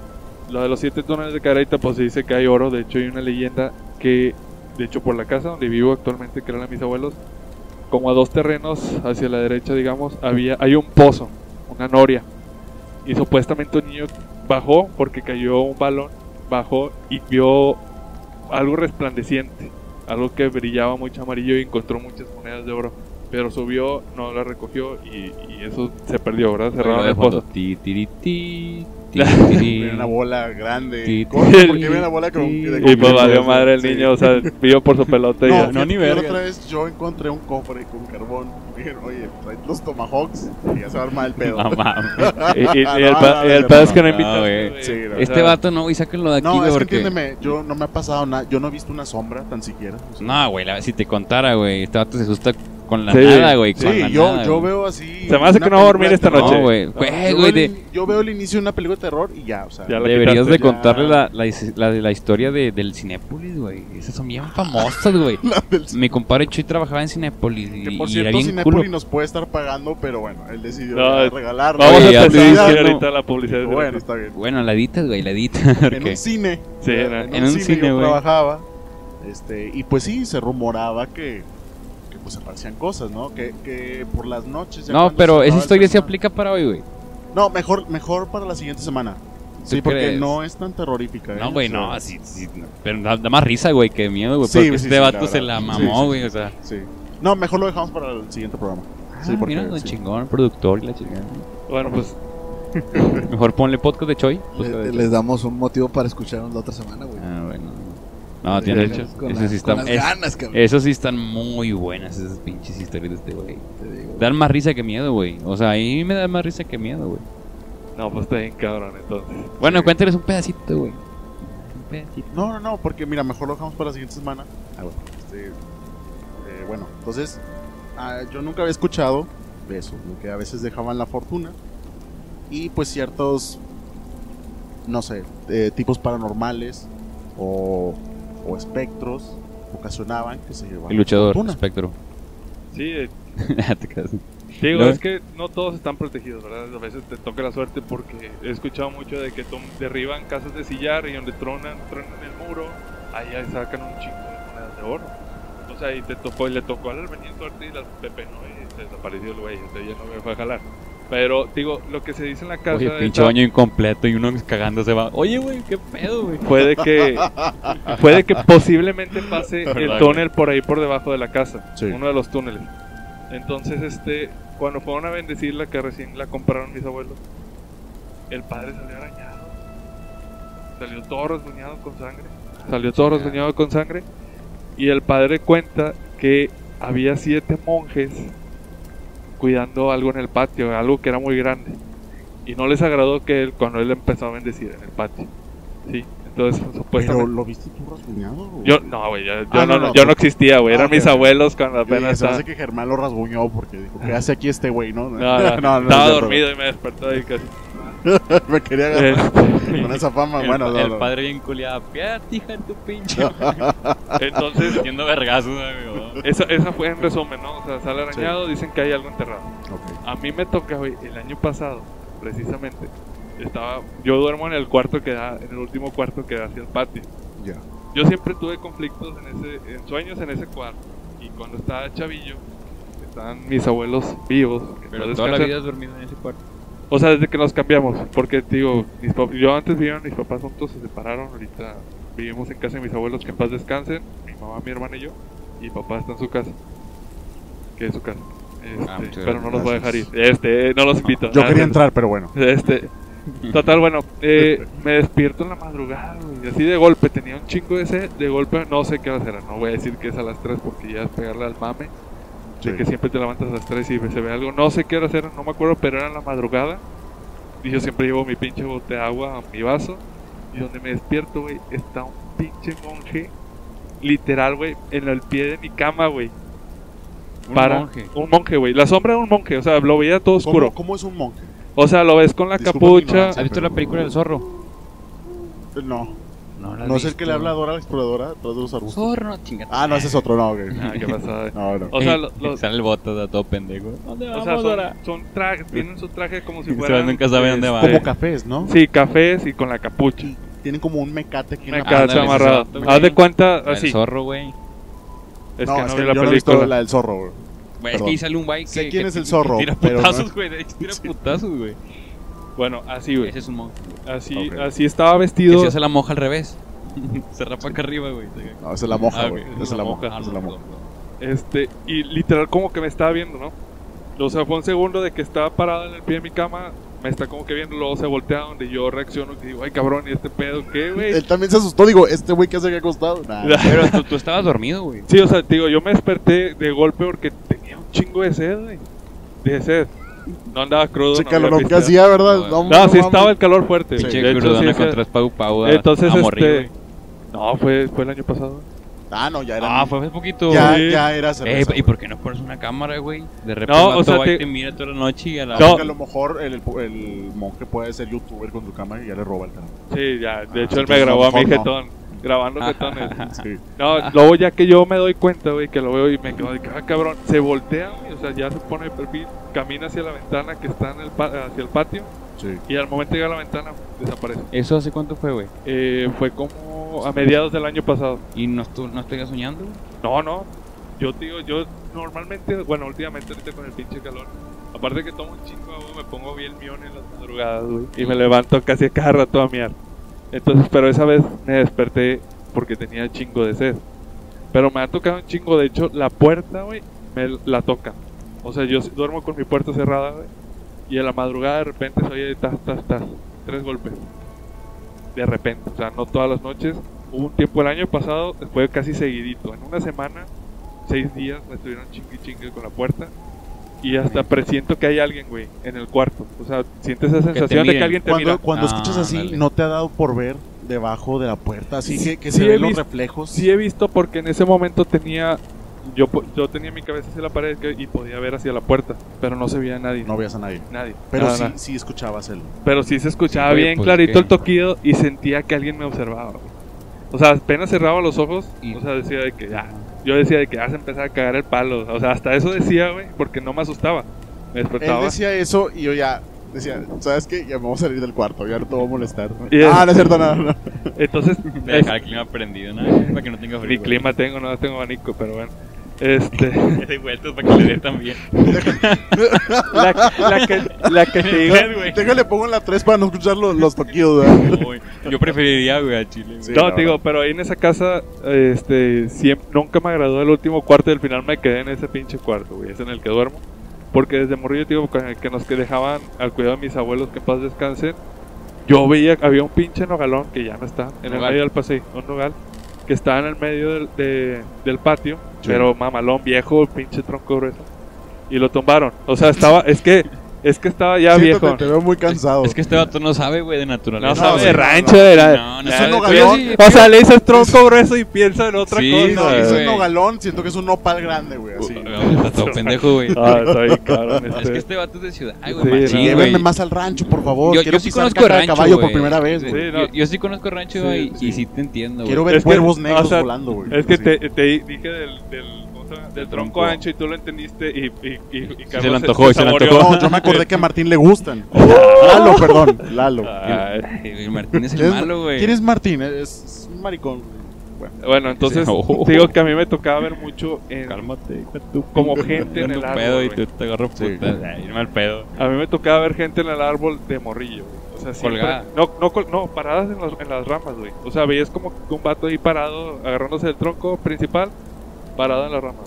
Lo de los siete túneles de Cadereyta, pues se dice que hay oro. De hecho, hay una leyenda que, de hecho, por la casa donde vivo actualmente, que eran de mis abuelos, como a dos terrenos hacia la derecha, digamos, había hay un pozo, una noria. Y supuestamente un niño bajó porque cayó un balón, bajó y vio algo resplandeciente, algo que brillaba mucho amarillo y encontró muchas monedas de oro. Pero subió, no la recogió y, y eso se perdió, ¿verdad? Cerraron el pozo. Ti, ti, ti, ti, ti, ti. Viene una bola grande. Sí, Corta, sí. porque viene una bola con. Sí. de Y pues concreto. valió madre el Sí. niño, o sea, vio por su pelota y No, ya. no, no, ni ni verga. La otra vez yo encontré un cofre con carbón. Me dijeron, oye, trae los tomahawks y ya se va a armar el pedo. No mames. Y, y- y No, el, no, pa- no, y el no, pedo no, es que no no, invitaste, güey. güey. Sí, no. O Este sea, vato no, güey, sáquenlo de aquí, No, güey, es que porque... entiéndeme, yo no me ha pasado nada. Yo no he visto una sombra tan siquiera. O sea, No, güey, la- si te contara, güey, este vato se asusta con la Sí. nada, güey, con Sí, la yo, nada, yo güey. veo así. Se me hace una que no va a dormir película de esta noche. No, güey, terror. güey, yo, güey, veo el- de- yo veo el inicio de una película de terror y ya, o sea. Ya la Deberías quitaste, de ya. contarle la, la, la, la historia de, del Cinépolis, güey. Esas son bien famosas, güey. la del- Mi compadre Chuy trabajaba en Cinépolis y, Que por y era cierto, bien Cinépolis culo. nos puede estar pagando, pero bueno, él decidió No, ya regalarlo. Vamos Oye, ya a estoy empezar diciendo- ahorita la publicidad. de Bueno, gratis. está bien. Bueno, la editas, güey, la editas. En porque- un cine. Sí, eh, en- en un cine, yo güey. trabajaba. Este, y pues sí, se rumoraba que, que pues aparecían cosas, ¿no? Que, que por las noches. ya No, cuando pero se esa acaba el historia se personal- aplica para hoy, güey. No, mejor, mejor para la siguiente semana. Sí, ¿Tú porque crees? no es tan terrorífica. ¿eh? No, güey, O sea, no, así, sí, no. Pero da, da más risa, güey, que miedo, güey. Sí, Porque sí, este sí, vato la se verdad. la Sí, mamó, sí, güey, sí, o sea. Sí. No, mejor lo dejamos para el siguiente programa. Ah, Sí, porque, mira, don sí. chingón, productor y la chingada. Bueno, pues Mejor ponle podcast de Choi. Le- podcast de Choi. les damos un motivo para escucharnos la otra semana, güey. Ah, bueno. No, De tiene hecho, hecho. con, Eso la- sí con está. las es- ganas, cabrón. Esos sí están muy buenas, esas pinches historias de este güey. Te digo. Dan más risa que miedo, güey. O sea, ahí me da más risa que miedo, güey. no, pues está bien cabrón entonces. Bueno, Sí. cuéntales un pedacito, güey. Un pedacito. No, no, no, porque mira, mejor lo dejamos para la siguiente semana. Ah, bueno. Este, eh, bueno, entonces, ah, yo nunca había escuchado de eso, de que a veces dejaban la fortuna y pues ciertos, no sé, eh, tipos paranormales o, o espectros ocasionaban que se llevaban El luchador, la fortuna. espectro. Sí, eh, Te quedas. digo, No. es que no todos están protegidos, ¿verdad? A veces te toca la suerte porque he escuchado mucho de que tom- derriban casas de sillar y donde tronan, tronan el muro, ahí sacan un chingo de monedas de oro. O sea, y te tocó, y le tocó al albañil suerte y las pepenó y se desapareció el güey, o sea, ya no me fue a jalar. Pero, digo, lo que se dice en la casa Oye, de pinche esta- baño incompleto y uno cagándose va. Oye, güey, qué pedo, güey. puede que puede que posiblemente pase Verdad, el güey. túnel por ahí por debajo de la casa, Sí. uno de los túneles. Entonces, este, cuando fueron a bendecirla, que recién la compraron mis abuelos, el padre salió arañado, salió todo rasguñado con sangre, salió todo rasguñado con sangre, y el padre cuenta que había siete monjes cuidando algo en el patio, algo que era muy grande, y no les agradó que él, cuando él empezó a bendecir en el patio, sí, entonces Pero supuestamente lo viste tú rasguñado. güey? yo no, güey, yo, yo Ah, no, no, no, yo tú- no existía, güey, eran Ah, mis ok. abuelos cuando Yo dije, apenas se me estaba, hace que Germán lo rasguñó porque dijo, ¿qué hace aquí este güey, no? no, no, estaba es cierto. dormido y me despertó y casi. Me quería agarrar con esa fama. El, bueno, pa- no, el no. padre bien culiado. Piedad, hija de tu pinche. Entonces, Metiendo vergazos, amigo. esa, esa fue en resumen, ¿no? O sea, sale arañado, dicen que hay algo enterrado. Ok. A mí me toca, güey, el año pasado, precisamente, estaba, yo duermo en el cuarto que da, en el último cuarto que da hacia el patio. Ya. Yo siempre tuve conflictos en ese, en sueños en ese cuarto. Y cuando estaba chavillo, estaban mis abuelos vivos. que Pero no toda la descansan. vida has dormido en ese cuarto. O sea, desde que nos cambiamos, porque digo, mis pap- yo antes vivía con mis papás juntos, se separaron, ahorita vivimos en casa de mis abuelos, que en paz descansen, mi mamá, mi hermana y yo, y papá está en su casa, que es su casa, Este, Ah, muchas pero no los voy a dejar ir, gracias. este, no los invito. Yo Ah, quería es- entrar, pero bueno. Este, total, bueno, eh, me despierto en la madrugada, güey, así de golpe, tenía un chingo de sed, de golpe, no sé qué hora será, no voy a decir que es a las tres porque ya es pegarle al mame. Sí. De que siempre te levantas a las tres y se ve algo. No sé qué hora era, no me acuerdo, pero era en la madrugada. Y yo siempre llevo mi pinche bote de agua a mi vaso. Y donde me despierto, güey, está un pinche monje, literal, güey, en el pie de mi cama, güey. Un Para monje. un monje, güey. La sombra de un monje, o sea, lo veía todo oscuro. ¿Cómo, ¿Cómo es un monje? O sea, lo ves con la Disculpa mi capucha. ignorancia. ¿Has visto la película del zorro? No. No, la No has es el que visto. le habla a Dora la exploradora tras de los arbustos. Zorro, no, chingada. Ah, no, ese es otro, no, güey. Ah, ¿qué pasa? No, no. O sea, lo- los, Sale el bote de todo pendejo. ¿Dónde o vamos, sea, Dora? son, son trajes, tienen su traje como si Se fueran. nunca sabe dónde va. Como eh. cafés, ¿no? Sí, cafés y con la capucha. Y tienen como un mecate aquí en Me la cacha Ándale, amarrado. ese vato, güey. Haz de cuenta, El así. zorro, güey. Es no, que es no que vi la yo no he visto película. la del zorro, güey. Güey, es que Perdón. ahí sale un güey que. Sé quién que es el t- zorro, Tira pero no- putazos, güey. De hecho, tira Sí. putazos, güey. Bueno, así, güey. Ese es un monje. Así, Ok. así estaba Que vestido. si hace la moja al revés. Se rapa acá arriba, güey. No, esa es la moja, Ah, güey. ok, Esa es la moja. Ah, Esa es la no, moja. Este, y literal como que me estaba viendo, ¿no? O sea, fue un segundo de que estaba parado en el pie de mi cama, me está como que viendo, luego se voltea donde yo reacciono y digo, ay cabrón, ¿y este pedo qué, güey? Él también se asustó, digo, este güey que hace aquí acostado. Nah. Pero tú, tú estabas dormido, güey. Sí, o sea, digo, yo me desperté de golpe porque tenía un chingo de sed, güey. De sed. No andaba crudo. Che, no había calorón que pisteado. hacía, ¿verdad? No, No, no sí mames. estaba el calor fuerte. Pinche De hecho, sí, crudona sí. con tres pau pau a, Entonces, a morir, este... güey. No, fue, fue el año pasado. Ah, no, ya era. Ah, fue hace poquito. ya, sí. ya era Eh, cerveza. ¿y güey. por qué no pones una cámara, güey? De repente No, el o vato sea, va y te- te mira toda la noche y a la... No. Porque a lo mejor el, el, el monje puede ser youtuber con su cámara y ya le roba el canal. Sí, ya. De Ah, hecho, él entonces me grabó a a lo mi mejor no. jetón. Grabando jetones. Sí. No, luego ya que yo me doy cuenta, güey, que lo veo y me quedo de que, ah, cabrón, se voltea, güey, o sea, ya se pone de perfil, camina hacia la ventana que está en el pa- hacia el patio Sí. y al momento de llegar a la ventana desaparece. ¿Eso hace cuánto fue, güey? Eh, fue como a mediados del año pasado. ¿Y no, estu no estoy soñando, güey? No, no, yo te digo, yo normalmente, bueno, últimamente ahorita con el pinche calor, aparte que tomo un chingo de agua, me pongo bien mión en las madrugadas, güey, y me levanto casi a cada rato a miar. Entonces, pero esa vez me desperté porque tenía chingo de sed. Pero me ha tocado un chingo, de hecho, la puerta, güey, me la toca. O sea, yo duermo con mi puerta cerrada, güey, y en la madrugada de repente se oye tas, tas, tas, tres golpes. De repente, o sea, no todas las noches. Hubo un tiempo el año pasado, fue casi seguidito. En una semana, seis días, me estuvieron chingue chingue con la puerta. Y hasta presiento que hay alguien, güey, en el cuarto. O sea, sientes esa sensación de miren. que alguien te Cuando, mira. cuando Ah, escuchas así, dale. ¿no te ha dado por ver debajo de la puerta? Así que, que Sí se he ven los visto- reflejos. Sí he visto porque en ese momento tenía... Yo, po- yo tenía mi cabeza hacia la pared que- y podía ver hacia la puerta, pero no se veía a nadie. No veías a nadie. Nadie. Pero nada, sí, nada. sí escuchabas el. Pero sí se escuchaba Sí, güey, bien pues, clarito ¿qué? el toquido y sentía que alguien me observaba, güey. O sea, apenas cerraba los ojos, Y- o sea, decía de que ya... Yo decía de que ya se empezaba a cagar el palo. O sea, hasta eso decía, güey, porque no me asustaba. Me Él despertaba. decía eso y yo ya decía, ¿sabes qué? Ya me voy a salir del cuarto, ya no te voy a molestar. Y es- Ah, no es cierto, no, no. Entonces, De dejar el clima prendido, ¿no? Para que no tenga frío. mi clima tengo, no tengo abanico, pero bueno. Este, De vueltas para que le dé también. la, la que, la que te digo, güey. Déjale, pongo en la tres para no escuchar los, los toquidos, ¿verdad? Uy, yo preferiría, güey, a Chile. güey. Sí. no, la te digo, verdad. pero ahí en esa casa, este, siempre, nunca me agradó el último cuarto y al final me quedé en ese pinche cuarto, güey, es en el que duermo. Porque desde morrillo, te digo, con el que nos que dejaban al cuidado de mis abuelos, que en paz descansen, yo veía, había un pinche nogalón que ya no está, en el Nogal. medio del paseo, un nogal, que estaba en el medio del, de- del patio, Sí. pero mamalón, viejo, pinche tronco grueso, y lo tumbaron. O sea, estaba, es que, es que estaba ya Siento viejo. que te veo muy cansado. Es que este vato no sabe, güey, de naturaleza. No sabe sí, de no, rancho, no. era. No, no, Es un no, nogalón. sí, O sea, le dices tronco grueso y piensa en otra Sí, No, cosa. es güey. un nogalón, siento que es un nopal grande, güey, así. Está todo pendejo, güey. Ah, está bien, cabrón. Es Este. que este vato es de ciudad. Ay, Sí, güey, machín, no. güey. Llévenme más al rancho, por favor. Yo, Quiero yo sí pisar conozco caca de rancho, caballo por güey. primera vez, Sí, güey. no. Yo, yo sí conozco rancho, Sí, güey, sí. y sí te entiendo, Quiero güey. ver Es que, cuervos negros o sea, volando, güey. Es que así. te, te dije del, del, ¿cómo se llama? del tronco tronco. ancho y tú lo entendiste y, y, y, y se le antojó, y se le saboreó. antojó. No, yo me acordé que a Martín le gustan. Lalo, perdón, Lalo. Ay, Ay, güey, Martín es el ¿Quién es- malo, güey. ¿Quién es Martín? Es, es un maricón. Bueno, bueno, entonces Sí. te digo que a mí me tocaba ver mucho en, Cálmate, hijo de tu como puta. gente en Ando el árbol, pedo y güey. tú te agarro Sí. puta. Ay, mal pedo. a mí me tocaba ver gente en el árbol de morrillo, güey. O sea, siempre, Colgada. no, no, col- no, paradas en, los- en las ramas, güey. O sea, veías como un vato ahí parado, agarrándose del tronco principal, parado en las ramas.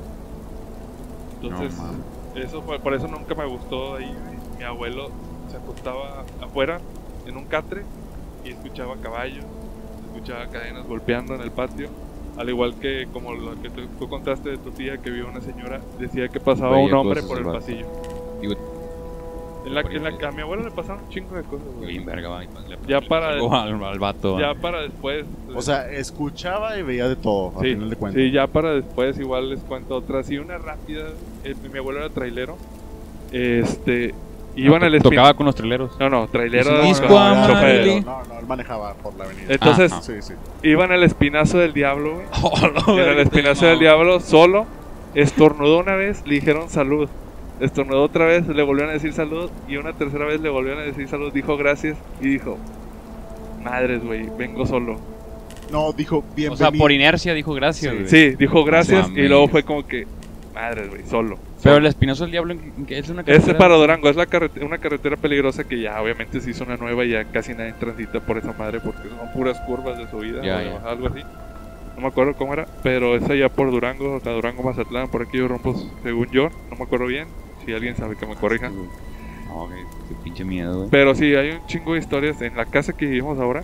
Entonces, No, man. eso fue, por eso nunca me gustó ahí, güey. Mi abuelo se acostaba afuera en un catre y escuchaba caballos, escuchaba cadenas golpeando en el patio Al igual que como lo que tú, tú contaste de tu tía que vio una señora, decía que pasaba Veía un hombre cosas, por el vato. pasillo. Digo, En la, en la, a mi abuelo le pasaron un chingo de cosas, güey. bien verga, va, le- Ya le- para- algo al, al vato. Ya va. para después. O sea, escuchaba y veía de todo, a sí, final de cuentas. sí, ya para después igual les cuento otra. Sí, una rápida. eh, mi abuelo era trailero. Este. Iban Ah, al to- espin... Tocaba con los traileros. No, no, trailero. Sí, no, disco no, amarillo. chofer. No, no, él manejaba por la avenida. Entonces, Ajá. Sí, sí. iban al espinazo del diablo, güey. Oh, En el espinazo del diablo, solo. Estornudó una vez, le dijeron salud. Estornudó otra vez, le volvieron a decir salud. Y una tercera vez le volvieron a decir salud. Dijo gracias y dijo: madres, güey, vengo solo. No, dijo O bienvenido. sea, por inercia dijo gracias, güey. Sí, dijo gracias. mames. Y luego fue como que: madres, güey, solo. Pero el solo. Espinoso del Diablo, ¿en qué es una Este carretera? es para Durango, es la carrete- una carretera peligrosa que ya obviamente se hizo una nueva y ya casi nadie transita por esa madre porque son puras curvas de subida Ya, o de ya. bajada, algo así. No me acuerdo cómo era, pero es allá por Durango, acá Durango, Mazatlán, por aquellos rompos, según yo, no me acuerdo bien. Si alguien sabe que me corrija. No, güey, qué pinche miedo, güey. Pero sí, hay un chingo de historias en la casa que vivimos ahora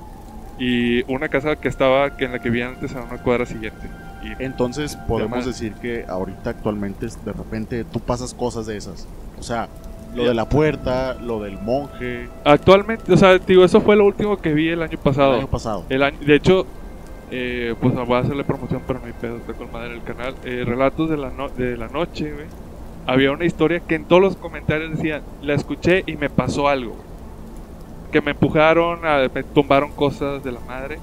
y una casa que estaba, que en la que vivía antes a una cuadra siguiente. Y Entonces podemos Además- decir que ahorita actualmente es- de repente tú pasas cosas de esas. O sea, lo Ya. de la puerta, lo del monje, actualmente, o sea, digo, eso fue lo último que vi el año el pasado. año pasado. El año, de hecho, eh, pues voy a hacerle promoción, pero no hay pedo, está con madre el canal. Eh, Relatos de la, no- de la noche, güey. Había una historia que en todos los comentarios decían: la escuché y me pasó algo. Que me empujaron, a- me tumbaron cosas de la madre.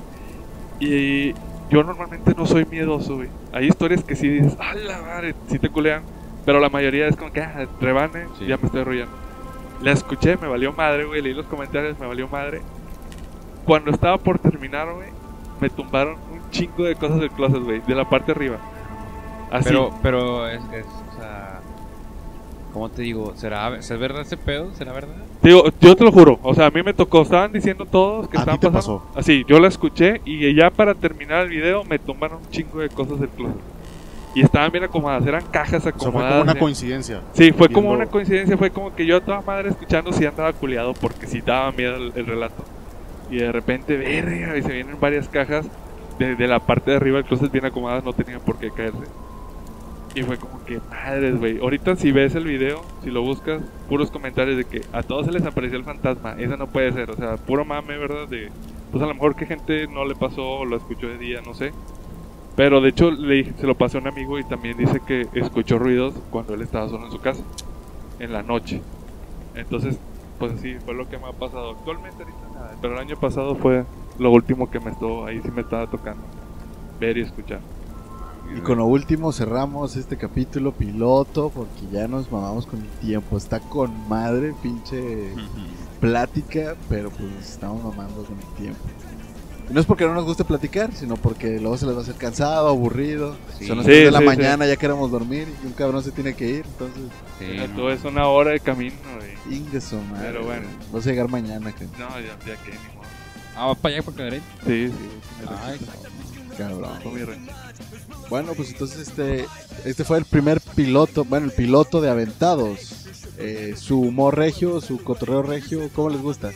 Y yo normalmente no soy miedoso, güey. Hay historias que sí dices: ¡ah, la madre! Sí te culean. Pero la mayoría es como que, ah, rebane, Sí. ya me estoy arrollando. La escuché, me valió madre, güey. Leí los comentarios, me valió madre. Cuando estaba por terminar, güey, me tumbaron un chingo de cosas del closet, güey, de la parte de arriba. Así. Pero, pero es, es, o sea, ¿cómo te digo? ¿Será, ¿es verdad ese pedo? ¿Será verdad? Digo, yo te lo juro, o sea, a mí me tocó, estaban diciendo todos que ¿A estaban ti te pasando. pasó? Así, yo la escuché y ya para terminar el video me tumbaron un chingo de cosas del closet. Y estaban bien acomodadas, eran cajas O sea, fue acomodadas. como una en- coincidencia. Sí, fue como viendo- una coincidencia, fue como que yo a toda madre escuchando sí andaba culiado porque sí daba miedo el, el relato. Y de repente, verga, y se vienen varias cajas de, de la parte de arriba del closet bien acomodadas, no tenían por qué caerse. Y fue como que madres, güey. Ahorita si ves el video, si lo buscas, puros comentarios de que a todos se les apareció el fantasma. Eso no puede ser, o sea, puro mame, ¿verdad? De, pues a lo mejor que gente no le pasó o lo escuchó de día, no sé. Pero de hecho le dije- se lo pasé a un amigo y también dice que escuchó ruidos cuando él estaba solo en su casa, en la noche. Entonces, pues sí, fue lo que me ha pasado. Actualmente ahorita nada, pero el año pasado fue lo último que me estuvo, ahí sí me estaba tocando ver y escuchar. Y con lo último cerramos este capítulo piloto porque ya nos mamamos con el tiempo. Está con madre, pinche plática, pero pues estamos mamando con el tiempo. Y no es porque no nos guste platicar, sino porque luego se les va a hacer cansado, aburrido. Sí. Son las Sí, tres de la sí, mañana, ya queremos dormir y un cabrón se tiene que ir. Entonces, Sí, O sea, no. todo es una hora de camino, güey. ingeso, madre. Pero bueno. Vas a llegar mañana, que No, ya, ya que ni modo. Ah, va para allá, para Cadereyta. Sí, sí, me Ay, cabrón. con mi rancho. Bueno, pues entonces este este fue el primer piloto, bueno, el piloto de Aventados. Eh, su humor regio, su cotorreo regio, ¿cómo les gusta?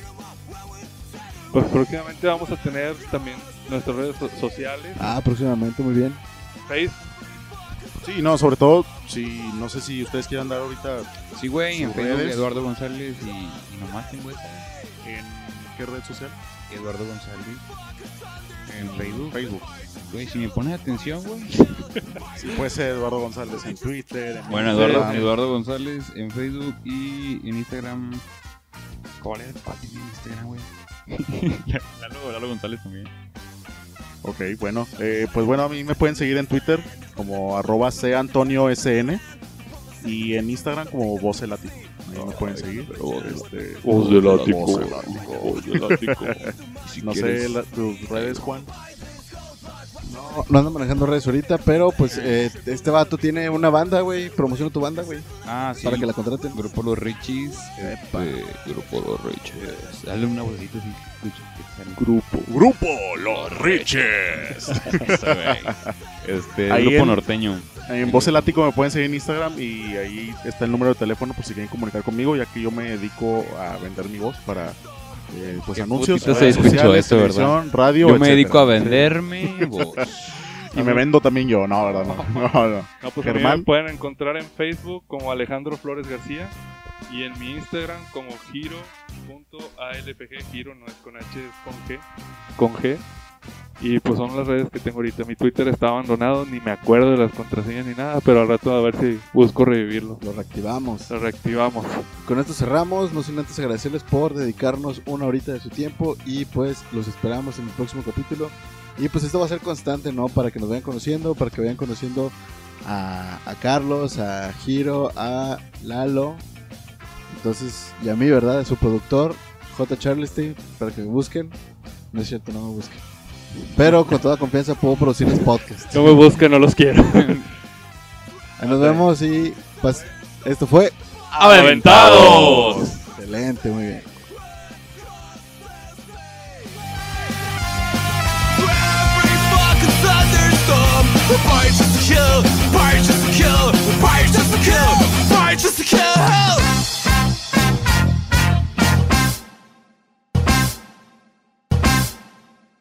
Pues próximamente vamos a tener también nuestras redes so- sociales, Ah, próximamente, muy bien. Facebook. Sí, no, sobre todo, si no sé si ustedes quieran dar ahorita sí, güey, en ¿Sus Facebook redes? Eduardo González y, y nomás tengo esa. en qué red social. Eduardo González. En Facebook. Facebook. Güey, si me pones atención, güey. Sí, puede ser Eduardo González en Twitter. En Bueno, Eduardo, Instagram. Eduardo González en Facebook y en Instagram. ¿Cuál es el pati en Instagram, güey? Lalo, Lalo González también. Ok, bueno, eh, pues bueno, a mí me pueden seguir en Twitter como arroba C Antonio S N y en Instagram como Vocelati. Ahí me pueden seguir. Este, Voz del ático. Voz del ático. Voz del ático. No sé la- tus redes, Juan. No, no ando manejando redes ahorita, pero pues eh, este vato tiene una banda, güey. Promociona tu banda, güey, Ah, sí. para que la contraten. Grupo Los Richis. Este, Grupo Los Richis. Dale una vocecita así. Escucha. que sale. Grupo. Grupo Los Riches. Eso, güey. Este, Ahí Grupo en- Norteño. En Voz el Ático me pueden seguir en Instagram y ahí está el número de teléfono por si quieren comunicar conmigo, ya que yo me dedico a vender mi voz para eh, pues Qué anuncios, putito se redes escuchó sociales, eso, ¿verdad? televisión, radio, Yo me etcétera. dedico a venderme vos. Y me vendo también yo, no, verdad, no. no, no. No, pues a mí Germán. me pueden encontrar en Facebook como Alejandro Flores García y en mi Instagram como giro punto a l f g. Giro no es con H, es con G. Con G. Y pues son las redes que tengo ahorita. Mi Twitter está abandonado, ni me acuerdo de las contraseñas ni nada, pero al rato a ver si busco revivirlo. Lo reactivamos. Lo reactivamos. Con esto cerramos, no sin antes agradecerles por dedicarnos una horita de su tiempo y pues los esperamos en el próximo capítulo. Y pues esto va a ser constante, ¿no? Para que nos vayan conociendo, para que vayan conociendo a, a Carlos, a Giro, a Lalo. Entonces, y a mí, ¿verdad? A su productor, J. Charleston, para que me busquen. No es cierto, no me busquen. Pero con toda confianza puedo producirles podcast. No me busquen, no los quiero. Ahí nos vemos y pues esto fue ¡Aventados! Excelente, muy bien. Every fucking thunderstorm, parts to kill, parts